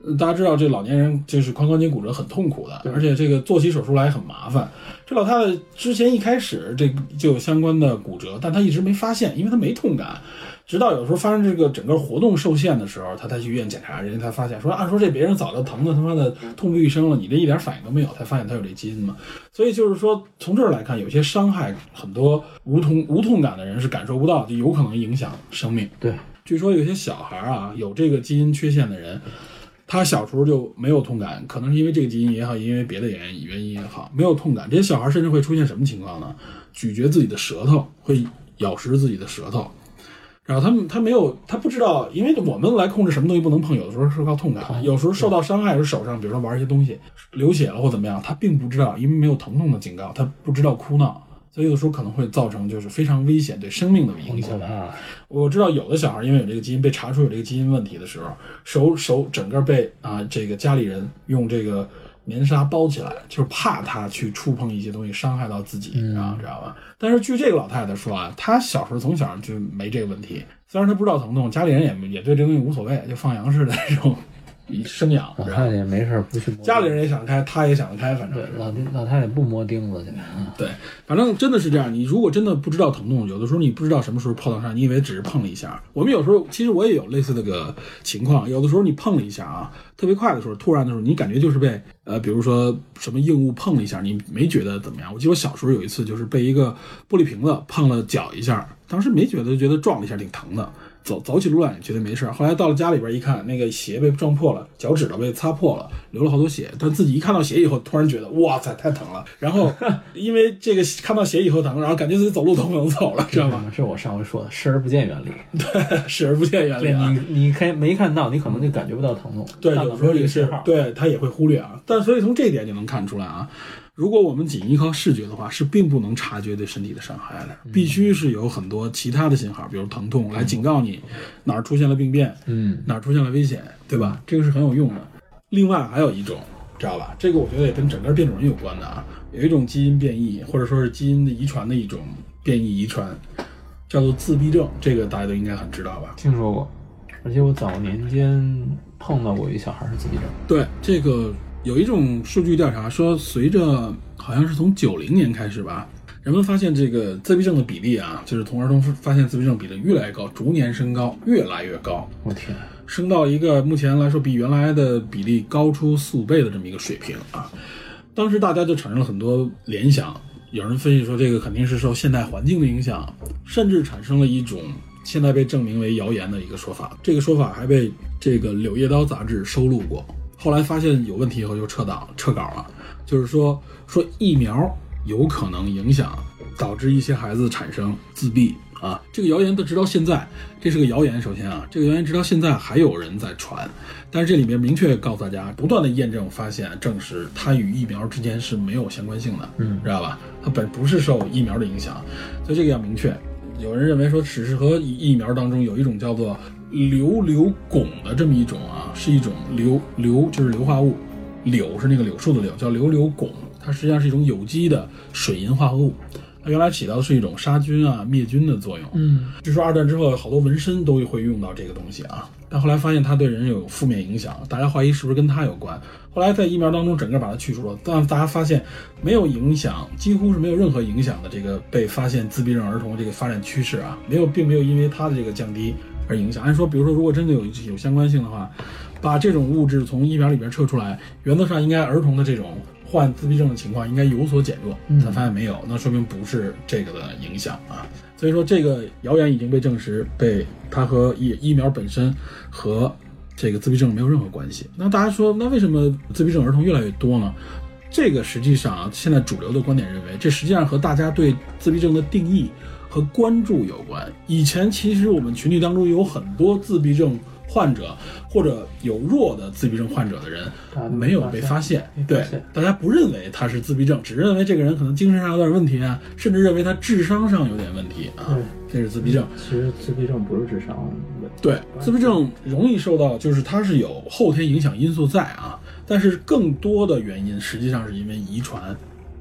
大家知道这老年人就是髋关节骨折很痛苦的，而且这个做起手术来很麻烦。这老太太之前一开始这就有相关的骨折，但她一直没发现，因为她没痛感。直到有时候发生这个整个活动受限的时候，她才去医院检查，人家才发现说按说这别人早就疼的他妈的痛不欲生了，你这一点反应都没有，才发现她有这基因嘛。所以就是说从这儿来看，有些伤害很多无痛感的人是感受不到，就有可能影响生命。 对， 据说有些小孩啊，有这个基因缺陷的人，他小时候就没有痛感，可能是因为这个基因也好，因为别的原因也好，没有痛感。这些小孩甚至会出现什么情况呢？咀嚼自己的舌头，会咬食自己的舌头。然后他不知道，因为我们来控制什么东西不能碰，有的时候是靠痛感，有时候受到伤害是手上，比如说玩一些东西流血了或怎么样，他并不知道，因为没有疼痛的警告，他不知道哭闹，所以有的时候可能会造成就是非常危险对生命的影响。我知道有的小孩因为有这个基因被查出有这个基因问题的时候，手整个被这个家里人用这个棉纱包起来，就是怕他去触碰一些东西伤害到自己，知道吧？但是据这个老太太说啊，她小时候从小就没这个问题，虽然她不知道疼痛，家里人也对这东西无所谓，就放羊式的这种生养。 老太太也没事不去摸， 家里人也想得开，她也想得开，反正老太太不摸钉子去。 对，反正真的是这样。你如果真的不知道疼痛，有的时候你不知道什么时候碰到上，你以为只是碰了一下。我们有时候其实我也有类似的个情况，有的时候你碰了一下啊，特别快的时候，突然的时候，你感觉就是被比如说什么硬物碰了一下，你没觉得怎么样。我记得我小时候有一次就是被一个玻璃瓶子碰了脚一下，当时没觉得撞了一下挺疼的。走起路来也觉得没事，后来到了家里边一看，那个鞋被撞破了，脚趾头被擦破了，流了好多血。但自己一看到血以后，突然觉得哇塞太疼了。然后因为这个看到血以后疼，然后感觉自己走路都不能走了，知道吗？ 是我上回说的视而不见原理。 对，视而不见原理啊。 你没看到，你可能就感觉不到疼痛。 对，有时候也是，对他也会忽略啊。但所以从这一点就能看出来啊。如果我们仅依靠视觉的话，是并不能察觉对身体的伤害的，必须是有很多其他的信号，比如疼痛来警告你哪儿出现了病变，哪儿出现了危险，对吧？这个是很有用的。另外还有一种，知道吧？这个我觉得也跟整个变种人有关的啊，有一种基因变异或者说是基因的遗传的一种变异遗传，叫做自闭症，这个大家都应该很知道吧？ 听说过，而且我早年间碰到过一小孩是自闭症。 对，这个。有一种数据调查说，随着好像是从90年开始吧，人们发现这个自闭症的比例啊，就是从儿童发现自闭症比例越来越高，逐年升高，越来越高。 我天， 升到一个目前来说比原来的比例高出4-5倍的这么一个水平啊！当时大家就产生了很多联想，有人分析说这个肯定是受现代环境的影响，甚至产生了一种现在被证明为谣言的一个说法。这个说法还被这个《柳叶刀》杂志收录过。后来发现有问题以后就撤稿了，就是说疫苗有可能影响导致一些孩子产生自闭啊。这个谣言直到现在，这是个谣言。首先啊，这个谣言直到现在还有人在传，但是这里面明确告诉大家，不断的验证发现证实它与疫苗之间是没有相关性的，知道吧？它本不是受疫苗的影响，所以这个要明确。有人认为说只是和疫苗当中有一种叫做硫汞的这么一种啊，是一种硫就是硫化物，柳是那个柳树的柳，叫硫汞，它实际上是一种有机的水银化合物。它原来起到的是一种杀菌啊灭菌的作用。据说2战之后好多纹身都会用到这个东西啊，但后来发现它对人有负面影响，大家怀疑是不是跟它有关。后来在疫苗当中整个把它去除了，但大家发现没有影响，几乎是没有任何影响的这个被发现自闭症儿童这个发展趋势啊，并没有因为它的这个降低而影响。按说比如说如果真的有相关性的话，把这种物质从疫苗里边撤出来，原则上应该儿童的这种患自闭症的情况应该有所减弱，才发现没有，那说明不是这个的影响啊。所以说这个谣言已经被证实，被它和疫苗本身和这个自闭症没有任何关系。那大家说，那为什么自闭症儿童越来越多呢？这个实际上啊，现在主流的观点认为，这实际上和大家对自闭症的定义和关注有关。以前其实我们群体当中有很多自闭症患者或者有弱的自闭症患者的人没有被发现，对，大家不认为他是自闭症，只认为这个人可能精神上有点问题啊，甚至认为他智商上有点问题啊，这是自闭症。 其实自闭症不是智商问题， 对，自闭症容易受到就是它是有后天影响因素在啊，但是更多的原因实际上是因为遗传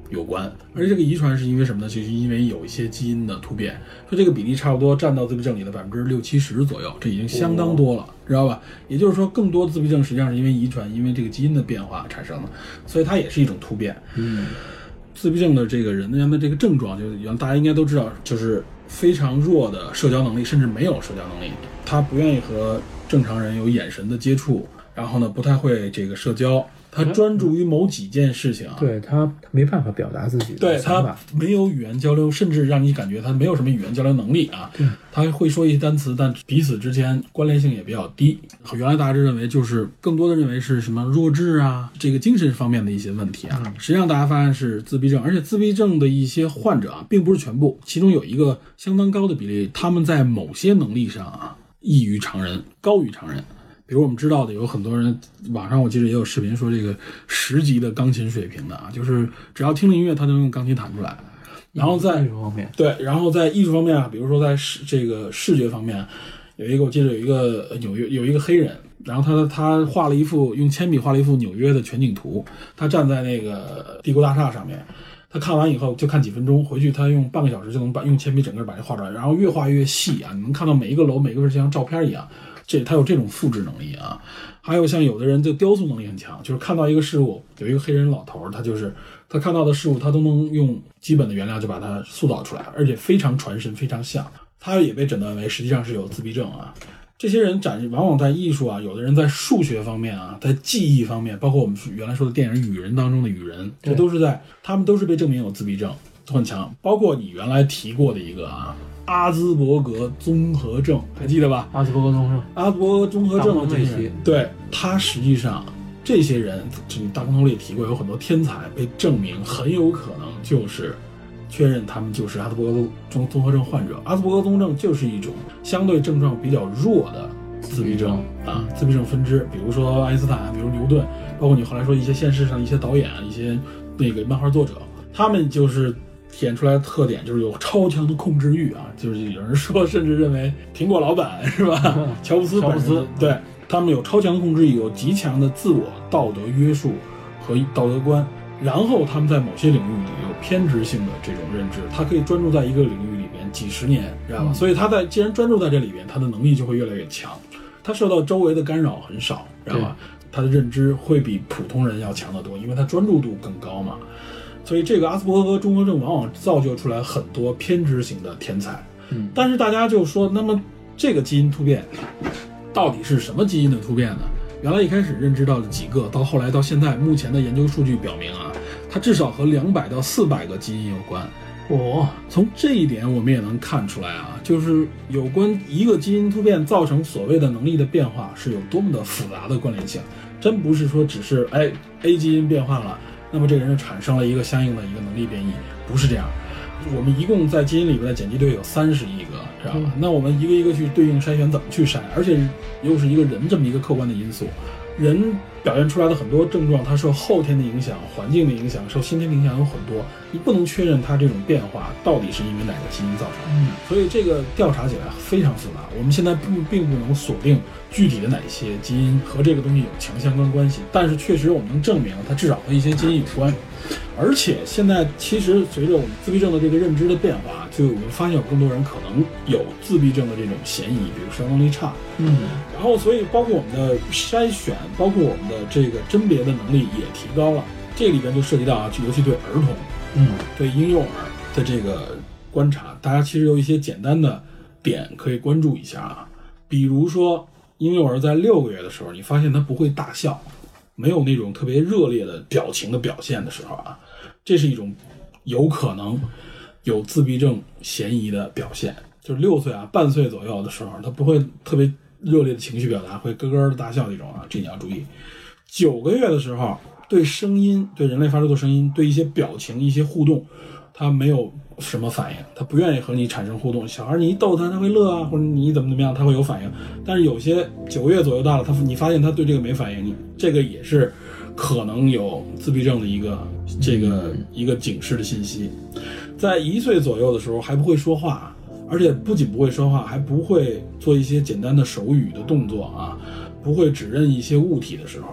有关。而且这个遗传是因为什么呢？就是因为有一些基因的突变，说这个比例差不多占到自闭症里的60%-70%左右，这已经相当多了，知道吧？也就是说，更多自闭症实际上是因为遗传，因为这个基因的变化产生的，所以它也是一种突变。自闭症的这个人的这个症状，就是大家应该都知道，就是非常弱的社交能力，甚至没有社交能力。他不愿意和正常人有眼神的接触，然后呢，不太会这个社交。他专注于某几件事情啊， 对他没办法表达自己的想法， 他没有语言交流，甚至让你感觉他没有什么语言交流能力啊。他会说一些单词，但彼此之间关联性也比较低。原来大家认为就是更多的认为是什么弱智啊，这个精神方面的一些问题啊。实际上大家发现是自闭症，而且自闭症的一些患者啊，并不是全部，其中有一个相当高的比例，他们在某些能力上啊异于常人，高于常人。比如我们知道的有很多人，网上我记得也有视频说这个10级的钢琴水平的啊，就是只要听了音乐，他就能用钢琴弹出来。然后在艺术方面， 对，然后在艺术方面啊，比如说在这个视觉方面，我记得有一个黑人，然后他画了一幅用铅笔画了一幅纽约的全景图，他站在那个帝国大厦上面。他看完以后就看几分钟，回去他用半个小时就能用铅笔整个把这画出来，然后越画越细啊，你能看到每一个楼每个位置像照片一样，他有这种复制能力啊。还有像有的人就雕塑能力很强，就是看到一个事物，有一个黑人老头，他看到的事物他都能用基本的原料就把它塑造出来，而且非常传神，非常像。他也被诊断为实际上是有自闭症啊。这些人往往在艺术啊，有的人在数学方面啊，在记忆方面，包括我们原来说的电影《雨人》当中的雨人，这都是他们都是被证明有自闭症，都很强。包括你原来提过的一个啊，阿兹伯格综合症，还记得吧？ 阿兹伯格综合症的这些人，对，他实际上这些人，大光头里也提过，有很多天才被证明很有可能就是确认他们就是阿兹伯格综合症患者。阿兹伯格综合症就是一种相对症状比较弱的自闭症啊，自闭症分支，比如说爱因斯坦，比如牛顿，包括你后来说一些现实上一些导演，一些那个漫画作者，他们就是体现出来的特点就是有超强的控制欲啊，就是有人说甚至认为苹果老板是吧，乔布斯对，他们有超强的控制欲，有极强的自我道德约束和道德观。然后他们在某些领域里有偏执性的这种认知，他可以专注在一个领域里边几十年，知道吧？所以他既然专注在这里边，他的能力就会越来越强，他受到周围的干扰很少，知道吧？他的认知会比普通人要强得多，因为他专注度更高嘛。所以这个阿兹伯格综合症往往造就出来很多偏执型的天才。但是大家就说，那么这个基因突变到底是什么基因的突变呢？原来一开始认知到了几个，到后来到现在，目前的研究数据表明啊，它至少和200到400个基因有关。从这一点我们也能看出来啊，就是有关一个基因突变造成所谓的能力的变化是有多么的复杂的关联性，真不是说只是A 基因变化了，那么这个人就产生了一个相应的一个能力变异，不是这样。我们一共在基因里边的碱基对有31个，知道吧？那我们一个一个去对应筛选，怎么去筛？而且又是一个人这么一个客观的因素，人表现出来的很多症状，它受后天的影响、环境的影响、受先天的影响有很多，你不能确认它这种变化到底是因为哪个基因造成的。所以这个调查起来非常复杂，我们现在并不能锁定具体的哪些基因和这个东西有强相关关系，但是确实我们能证明它至少和一些基因有关。而且现在其实随着我们自闭症的这个认知的变化，就我们发现有更多人可能有自闭症的这种嫌疑，比如社交能力差。然后所以包括我们的筛选，包括我们的这个甄别的能力也提高了。这里边就涉及到啊，尤其对儿童，对婴幼儿的这个观察，大家其实有一些简单的点可以关注一下啊。比如说婴幼儿在6个月的时候，你发现他不会大笑，没有那种特别热烈的表情的表现的时候啊，这是一种有可能有自闭症嫌疑的表现。就是6岁啊，半岁左右的时候，他不会特别热烈的情绪表达，会咯咯的大笑这种啊，这你要注意。9个月的时候，对声音，对人类发出的声音，对一些表情、一些互动，他没有什么反应，他不愿意和你产生互动。小孩你一逗他，他会乐啊，或者你怎么样，他会有反应。但是有些9个月左右大了，你发现他对这个没反应，这个也是可能有自闭症的一个警示的信息。在1岁左右的时候还不会说话，而且不仅不会说话，还不会做一些简单的手语的动作啊，不会指认一些物体的时候，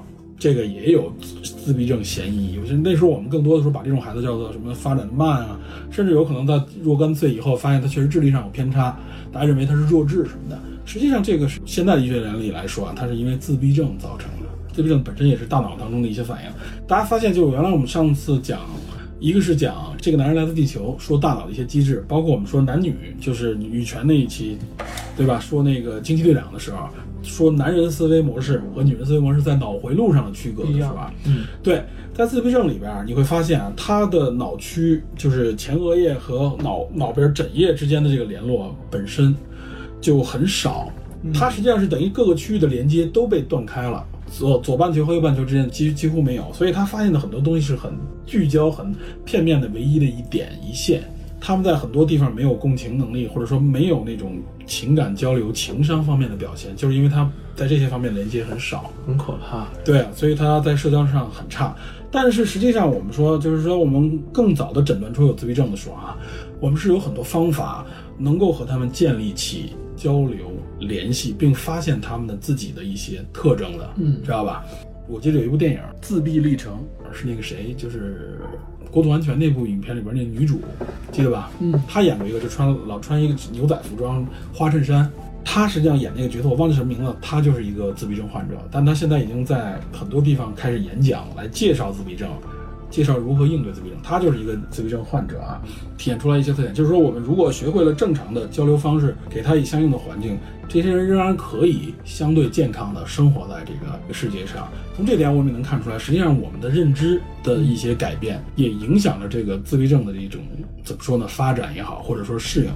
这个也有自闭症嫌疑。有些那时候我们更多的时候把这种孩子叫做什么发展慢啊，甚至有可能在若干岁以后发现他确实智力上有偏差，大家认为他是弱智什么的。实际上这个是现在的医学原理来说啊，它是因为自闭症造成的。自闭症本身也是大脑当中的一些反应。大家发现就原来我们上次讲，一个是讲这个男人来自地球，说大脑的一些机制，包括我们说男女，就是女权那一期，对吧？说那个惊奇队长的时候，说男人思维模式和女人思维模式在脑回路上的区隔的时候啊，对，在自闭症里边你会发现啊，他的脑区就是前额叶和脑边枕叶之间的这个联络本身就很少，它实际上是等于各个区域的连接都被断开了。左半球和右半球之间几乎没有，所以他发现的很多东西是很聚焦、很片面的唯一的一点一线。他们在很多地方没有共情能力，或者说没有那种情感交流、情商方面的表现，就是因为他在这些方面连接很少， 很可怕。 对啊，所以他在社交上很差。但是实际上我们说，就是说我们更早的诊断出有自闭症的时候啊，我们是有很多方法能够和他们建立起交流联系，并发现他们的自己的一些特征的，知道吧？我记得有一部电影《自闭历程》，是那个谁，就是国土安全那部影片里边那女主，记得吧？她演过一个，就老穿一个牛仔服装、花衬衫。她实际上演那个角色，我忘记什么名字，她就是一个自闭症患者，但她现在已经在很多地方开始演讲来介绍自闭症。介绍如何应对自闭症，他就是一个自闭症患者啊，体现出来一些特点，就是说我们如果学会了正常的交流方式，给他以相应的环境，这些人仍然可以相对健康的生活在这个世界上。从这点我们也能看出来，实际上我们的认知的一些改变，也影响了这个自闭症的一种怎么说呢，发展也好，或者说适应。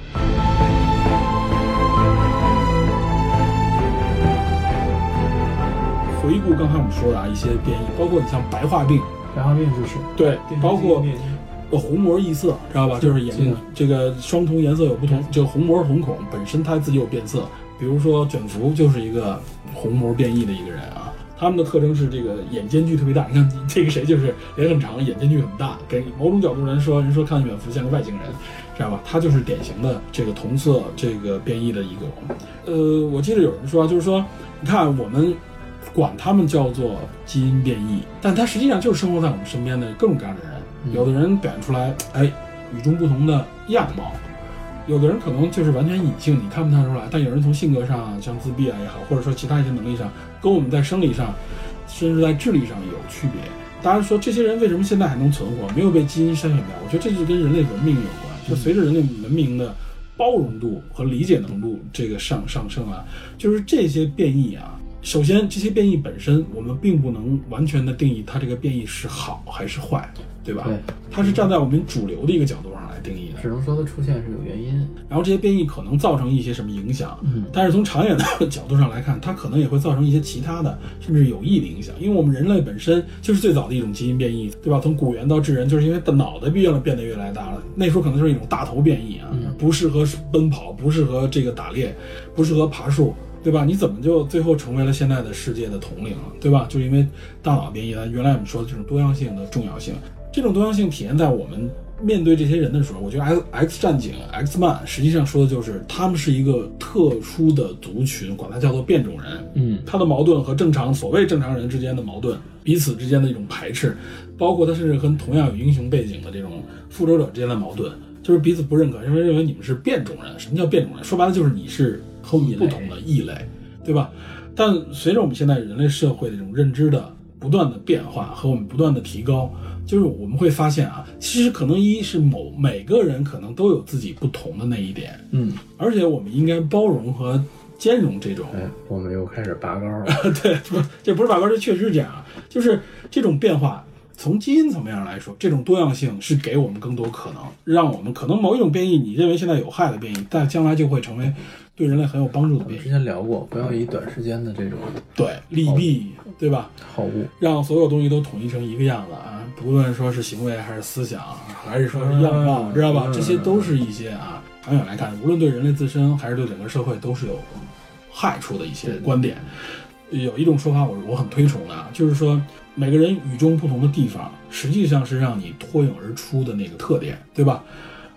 回顾刚才我们说的啊，一些变异，包括你像白化病。 白化病就是对，包括虹膜异色，知道吧？就是眼睛这个双瞳颜色有不同，这个虹膜瞳孔本身它自己有变色。比如说卷福就是一个虹膜变异的一个人啊，他们的特征是这个眼间距特别大。你看这个谁就是脸很长，眼间距很大，给某种角度人说看卷福像个外星人，知道吧？他就是典型的这个同色这个变异的一个。我记得有人说，就是说，你看我们管他们叫做基因变异，但它实际上就是生活在我们身边的各种各样的人。有的人表现出来，与众不同的样貌；有的人可能就是完全隐性，你看不太出来。但有人从性格上，像自闭啊也好，或者说其他一些能力上，跟我们在生理上，甚至在智力上有区别。大家说这些人为什么现在还能存活，没有被基因筛选掉？我觉得这就跟人类文明有关。就随着人类文明的包容度和理解程度这个上升啊，就是这些变异啊。首先，这些变异本身，我们并不能完全的定义它这个变异是好还是坏，对吧？对，它是站在我们主流的一个角度上来定义的， 只能说它出现是有原因。 然后这些变异可能造成一些什么影响，但是从长远的角度上来看，它可能也会造成一些其他的甚至有益的影响。因为我们人类本身就是最早的一种基因变异，对吧？从古猿到智人，就是因为脑袋变得越来越大了，那时候可能就是一种大头变异啊，不适合奔跑，不适合这个打猎，不适合爬树。对吧？你怎么就最后成为了现在的世界的统领了，对吧？就是因为大脑变异了。原来我们说的这种多样性的重要性，这种多样性体现在我们面对这些人的时候，我觉得 X 战警 X 曼实际上说的就是他们是一个特殊的族群，管它叫做变种人。他的矛盾和所谓正常人之间的矛盾，彼此之间的一种排斥，包括他甚至和同样有英雄背景的这种复仇者之间的矛盾，就是彼此不认可，因为认为你们是变种人。什么叫变种人？说白了就是你是和我们不同的异类，对吧？但随着我们现在人类社会的这种认知的不断的变化和我们不断的提高，就是我们会发现啊，其实可能是每个人可能都有自己不同的那一点，而且我们应该包容和兼容这种。 我们又开始拔高了。 对，这不是拔高，这确实是这样啊，就是这种变化。从基因层面上来说，这种多样性是给我们更多可能，让我们可能某一种变异，你认为现在有害的变异，但将来就会成为对人类很有帮助的变异。 之前聊过，不要以短时间的这种利弊，对吧？ 好恶， 让所有东西都统一成一个样子啊，不论说是行为还是思想，还是说是样貌，知道吧？这些都是一些啊，长远来看，无论对人类自身还是对整个社会都是有害处的一些观点。有一种说法我很推崇的，就是说每个人与众不同的地方，实际上是让你脱颖而出的那个特点，对吧？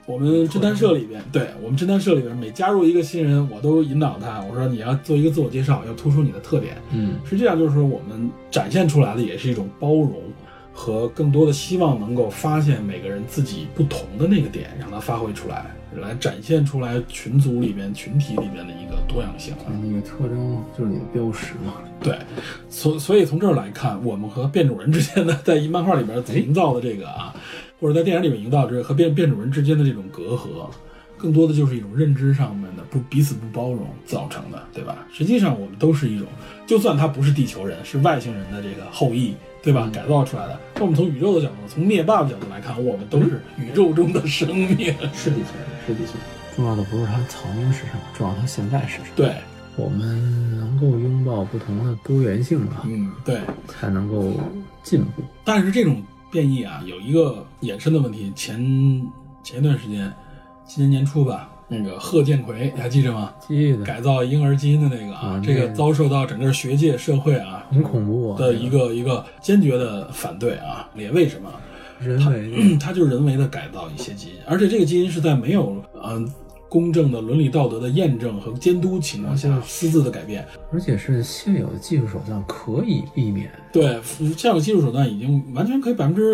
我们侦探社里边，对我们侦探社里边每加入一个新人，我都引导他，我说你要做一个自我介绍，要突出你的特点。实际上就是说我们展现出来的也是一种包容和更多的希望能够发现每个人自己不同的那个点，让它发挥出来，来展现出来群组里面群体里面的一个多样性。 那个特征就是你的标识嘛。 对，所以从这儿来看，我们和变种人之间的在漫画里边营造的这个啊，或者在电影里面营造这个和变种人之间的这种隔阂，更多的就是一种认知上面的彼此不包容造成的，对吧？实际上我们都是一种，就算他不是地球人，是外星人的这个后裔，对吧？改造出来的。那我们从宇宙的角度，从灭霸的角度来看，我们都是宇宙中的生命。 是地球人，是地球人。重要的不是他曾经是什么，重要他现在是什么。 对， 我们能够拥抱不同的多元性吧， 对， 才能够进步。 但是这种变异啊，有一个衍生的问题。前一段时间，今年年初吧，那个贺建奎你还记着吗？ 记得。 改造婴儿基因的那个啊，这个遭受到整个学界社会啊很恐怖的一个坚决的反对啊。也为什么？ 人为它就是人为的改造一些基因，而且这个基因是在没有公正的伦理道德的验证和监督情况下私自的改变， 而且是现有的技术手段可以避免。 对，现有技术手段已经完全可以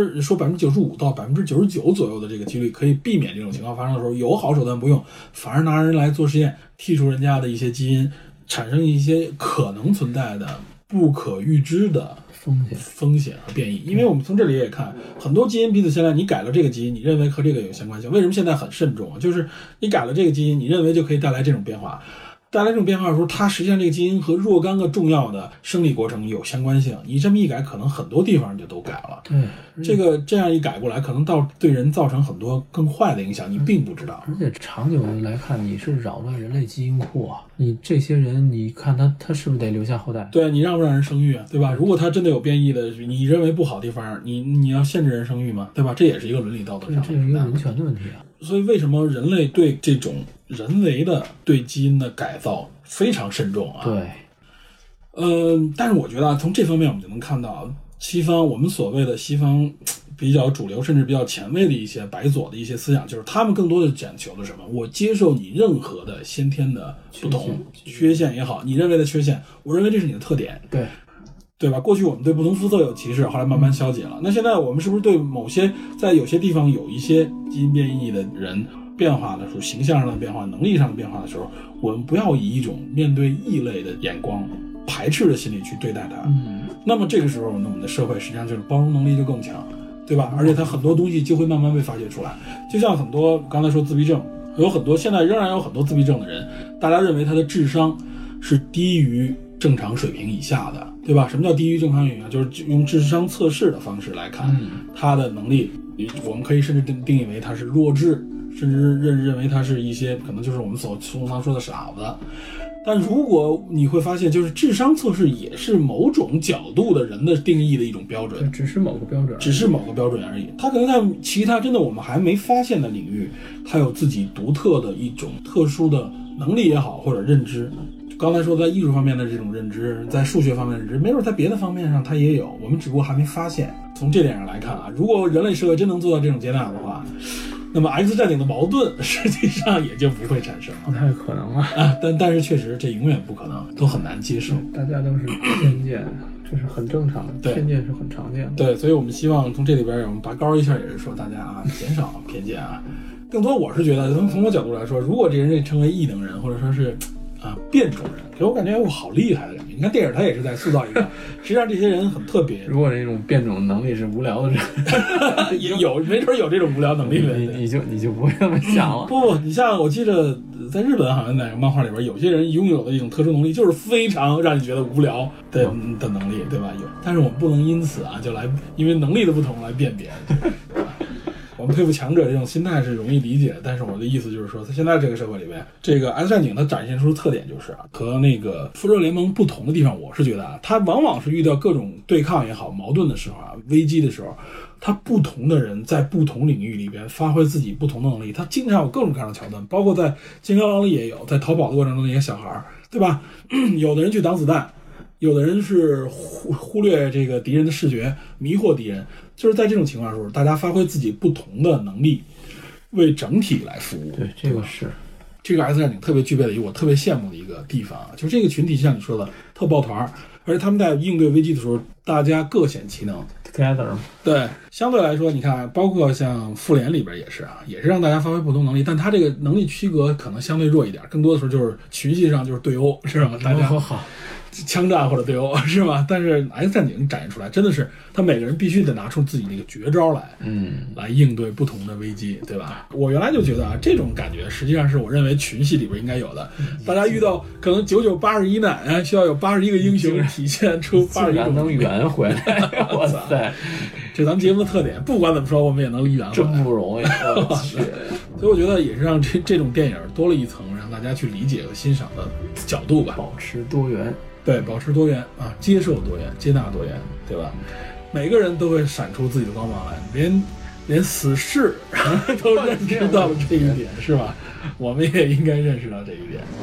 95%到99%左右的这个几率可以避免这种情况发生的时候，有好手段不用，反而拿人来做实验，剔除人家的一些基因，产生一些可能存在的不可预知的风险和变异。因为我们从这里也看，很多基因彼此相连，你改了这个基因，你认为和这个有相关性，为什么现在很慎重？就是你改了这个基因，你认为就可以带来这种变化。带来这种变化的时候，它实际上这个基因和若干个重要的生理过程有相关性。你这么一改，可能很多地方就都改了。 对， 这样一改过来，可能对人造成很多更坏的影响，你并不知道。 而且长久来看，你是扰乱人类基因库啊！你这些人，你看他是不是得留下后代？ 对，你让不让人生育啊？对吧？如果他真的有变异的，你认为不好的地方，你要限制人生育吗？对吧？这也是一个伦理道德上的， 这是一个人权的问题啊。 所以为什么人类对这种人为的对基因的改造非常慎重啊？ 对， 但是我觉得从这方面我们就能看到，西方我们所谓的西方比较主流甚至比较前卫的一些白左的一些思想，就是他们更多的讲求的什么？我接受你任何的先天的不同缺陷也好，你认为的缺陷，我认为这是你的特点。对吧？过去我们对不同肤色有歧视，后来慢慢消解了。那现在我们是不是对在有些地方有一些基因变异的人变化的时候，形象上的变化、能力上的变化的时候，我们不要以一种面对异类的眼光、排斥的心理去对待它。那么这个时候，那我们的社会实际上就是包容能力就更强，对吧？而且它很多东西就会慢慢被发掘出来。就像很多刚才说自闭症，现在仍然有很多自闭症的人，大家认为他的智商是低于正常水平以下的，对吧？什么叫低于正常水平？就是用智商测试的方式来看他的能力，我们可以甚至定义为他是弱智，甚至认为他是一些可能就是我们通常说的傻子。但如果你会发现，就是智商测试也是某种角度的人的定义的一种标准， 只是某个标准而已。 他可能在其他真的我们还没发现的领域，他有自己独特的一种特殊的能力也好，或者认知。刚才说在艺术方面的这种认知，在数学方面的认知，没准在别的方面上它也有，我们只不过还没发现。从这点上来看啊，如果人类社会真能做到这种接纳的话，那么 X 战警的矛盾实际上也就不会产生， 不太可能了啊。但是确实这永远不可能，都很难接受。 大家都是偏见，这是很正常的，偏见是很常见的。 对，所以我们希望从这里边我们拔高一下，也是说大家啊减少偏见啊。更多我是觉得从我角度来说，如果这人类称为异能人，或者说是变种人，给我感觉好厉害的感觉。你看电影它也是在塑造一个，实际上这些人很特别。 如果这种变种能力是无聊的人， 也有没准有这种无聊能力的， 你就不会那么想了。 不，你像我记得在日本好像哪个漫画里边，有些人拥有的一种特殊能力，就是非常让你觉得无聊的能力，对吧？有，但是我们不能因此就来因为能力的不同来辨别。我们佩服强者这种心态是容易理解，但是我的意思就是说，在现在这个社会里面，这个 X 战警它展现出特点就是和那个复仇者联盟不同的地方，我是觉得它往往是遇到各种对抗也好、矛盾的时候危机的时候，它不同的人在不同领域里边发挥自己不同的能力，它经常有各种各样的桥段，包括在金刚狼里也有，在逃跑的过程中那些小孩，对吧？有的人去挡子弹。有的人是忽略这个敌人的视觉，迷惑敌人，就是在这种情况的时候，大家发挥自己不同的能力， 为整体来服务。 对，这个是这个 X 战警特别具备了一个我特别羡慕的一个地方啊，就是这个群体像你说的特抱团，而且他们在应对危机的时候，大家各显其能。 together。 对，相对来说，你看，包括像复联里边也是啊，也是让大家发挥不同能力，但他这个能力区隔可能相对弱一点，更多的时候就是群系上就是对殴，是吧？大家好。 枪战或者对殴是吧？但是 X 战警展现出来，真的是他每个人必须得拿出自己的一个绝招来，来应对不同的危机，对吧？我原来就觉得啊，这种感觉实际上是我认为群戏里边应该有的。大家遇到可能9981难，需要有81个英雄体现出81种能圆回来，哇塞！ 这咱们节目的特点，不管怎么说，我们也能圆回来， 真不容易。我去， 所以我觉得也是让这种电影多了一层让大家去理解和欣赏的角度吧， 保持多元。 对，保持多元啊，接受多元，接纳多元，对吧？每个人都会闪出自己的光芒来，连死士都认知到了这一点，是吧？我们也应该认识到这一点。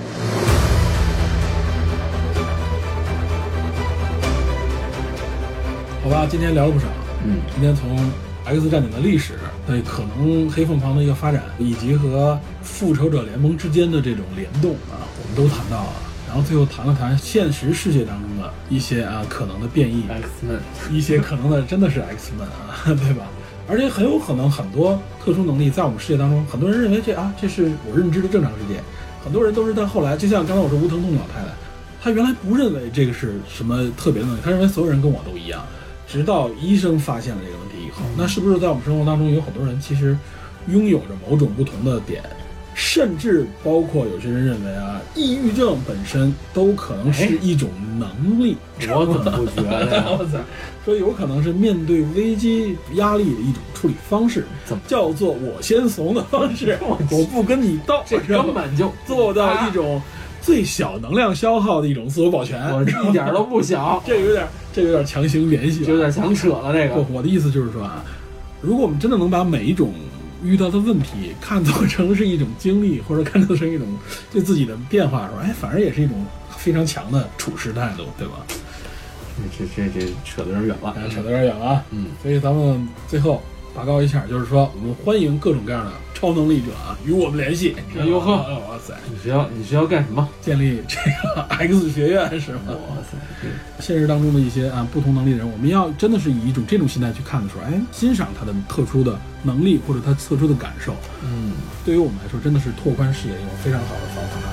好吧，今天聊了不少。今天从 X 战警的历史，对可能黑凤凰的一个发展，以及和复仇者联盟之间的这种联动啊，我们都谈到了。然后最后谈了谈现实世界当中的一些可能的变异 X-Men， 一些可能的真的是 X-Men 啊，对吧？而且很有可能很多特殊能力在我们世界当中，很多人认为这是我认知的正常世界，很多人都是在后来，就像刚才我说无疼痛老太太，她原来不认为这个是什么特别的能力，她认为所有人跟我都一样，直到医生发现了这个问题以后，那是不是在我们生活当中有很多人其实拥有着某种不同的点？甚至包括有些人认为抑郁症本身都可能是一种能力。 我怎么不觉得呀？ 说有可能是面对危机压力的一种处理方式，叫做我先怂的方式，我不跟你斗， 这根本就做到一种最小能量消耗的一种自我保全。 我一点都不小， 这有点强行联系， 有点强扯了。这个我的意思就是说如果我们真的能把每一种遇到的问题看作成是一种经历，或者看作成一种对自己的变化的时候，反而也是一种非常强的处事态度，对吧？ 这扯得有点远了， 扯得有点远了。所以咱们最后报告一下，就是说我们欢迎各种各样的超能力者与我们联系。 哟呵， 哇塞！ 你需要干什么？ 建立这个 X 学院是吗？ 哇塞！ 现实当中的一些不同能力的人，我们要真的是以一种这种心态去看的时候，欣赏他的特殊的能力或者他特殊的感受。对于我们来说，真的是拓宽视野一种非常好的方法。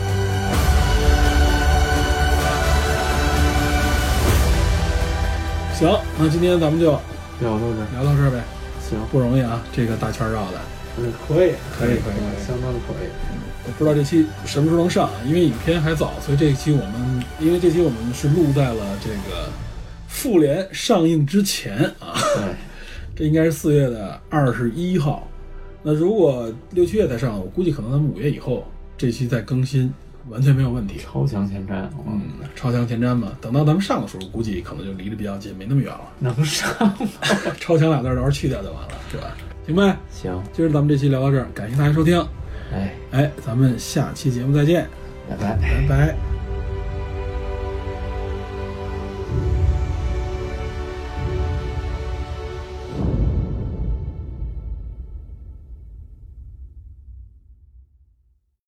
行，那今天咱们就聊到这儿呗。 行， 不容易啊，这个大圈绕的。 可以， 相当的可以。我不知道这期什么时候能上，因为影片还早，所以这期我们是录在了这个复联上映之前啊。 对， 这应该是4月21号。那如果6、7月才上，我估计可能在5月以后这期再更新，完全没有问题。 超强前瞻， 超强前瞻嘛。等到咱们上的时候，估计可能就离得比较近，没那么远了。 能上吗？ 超强2字到时候去掉就完了，是吧？行呗。 行， 今儿咱们这期聊到这儿，感谢大家收听。咱们下期节目再见， 拜拜， 拜拜。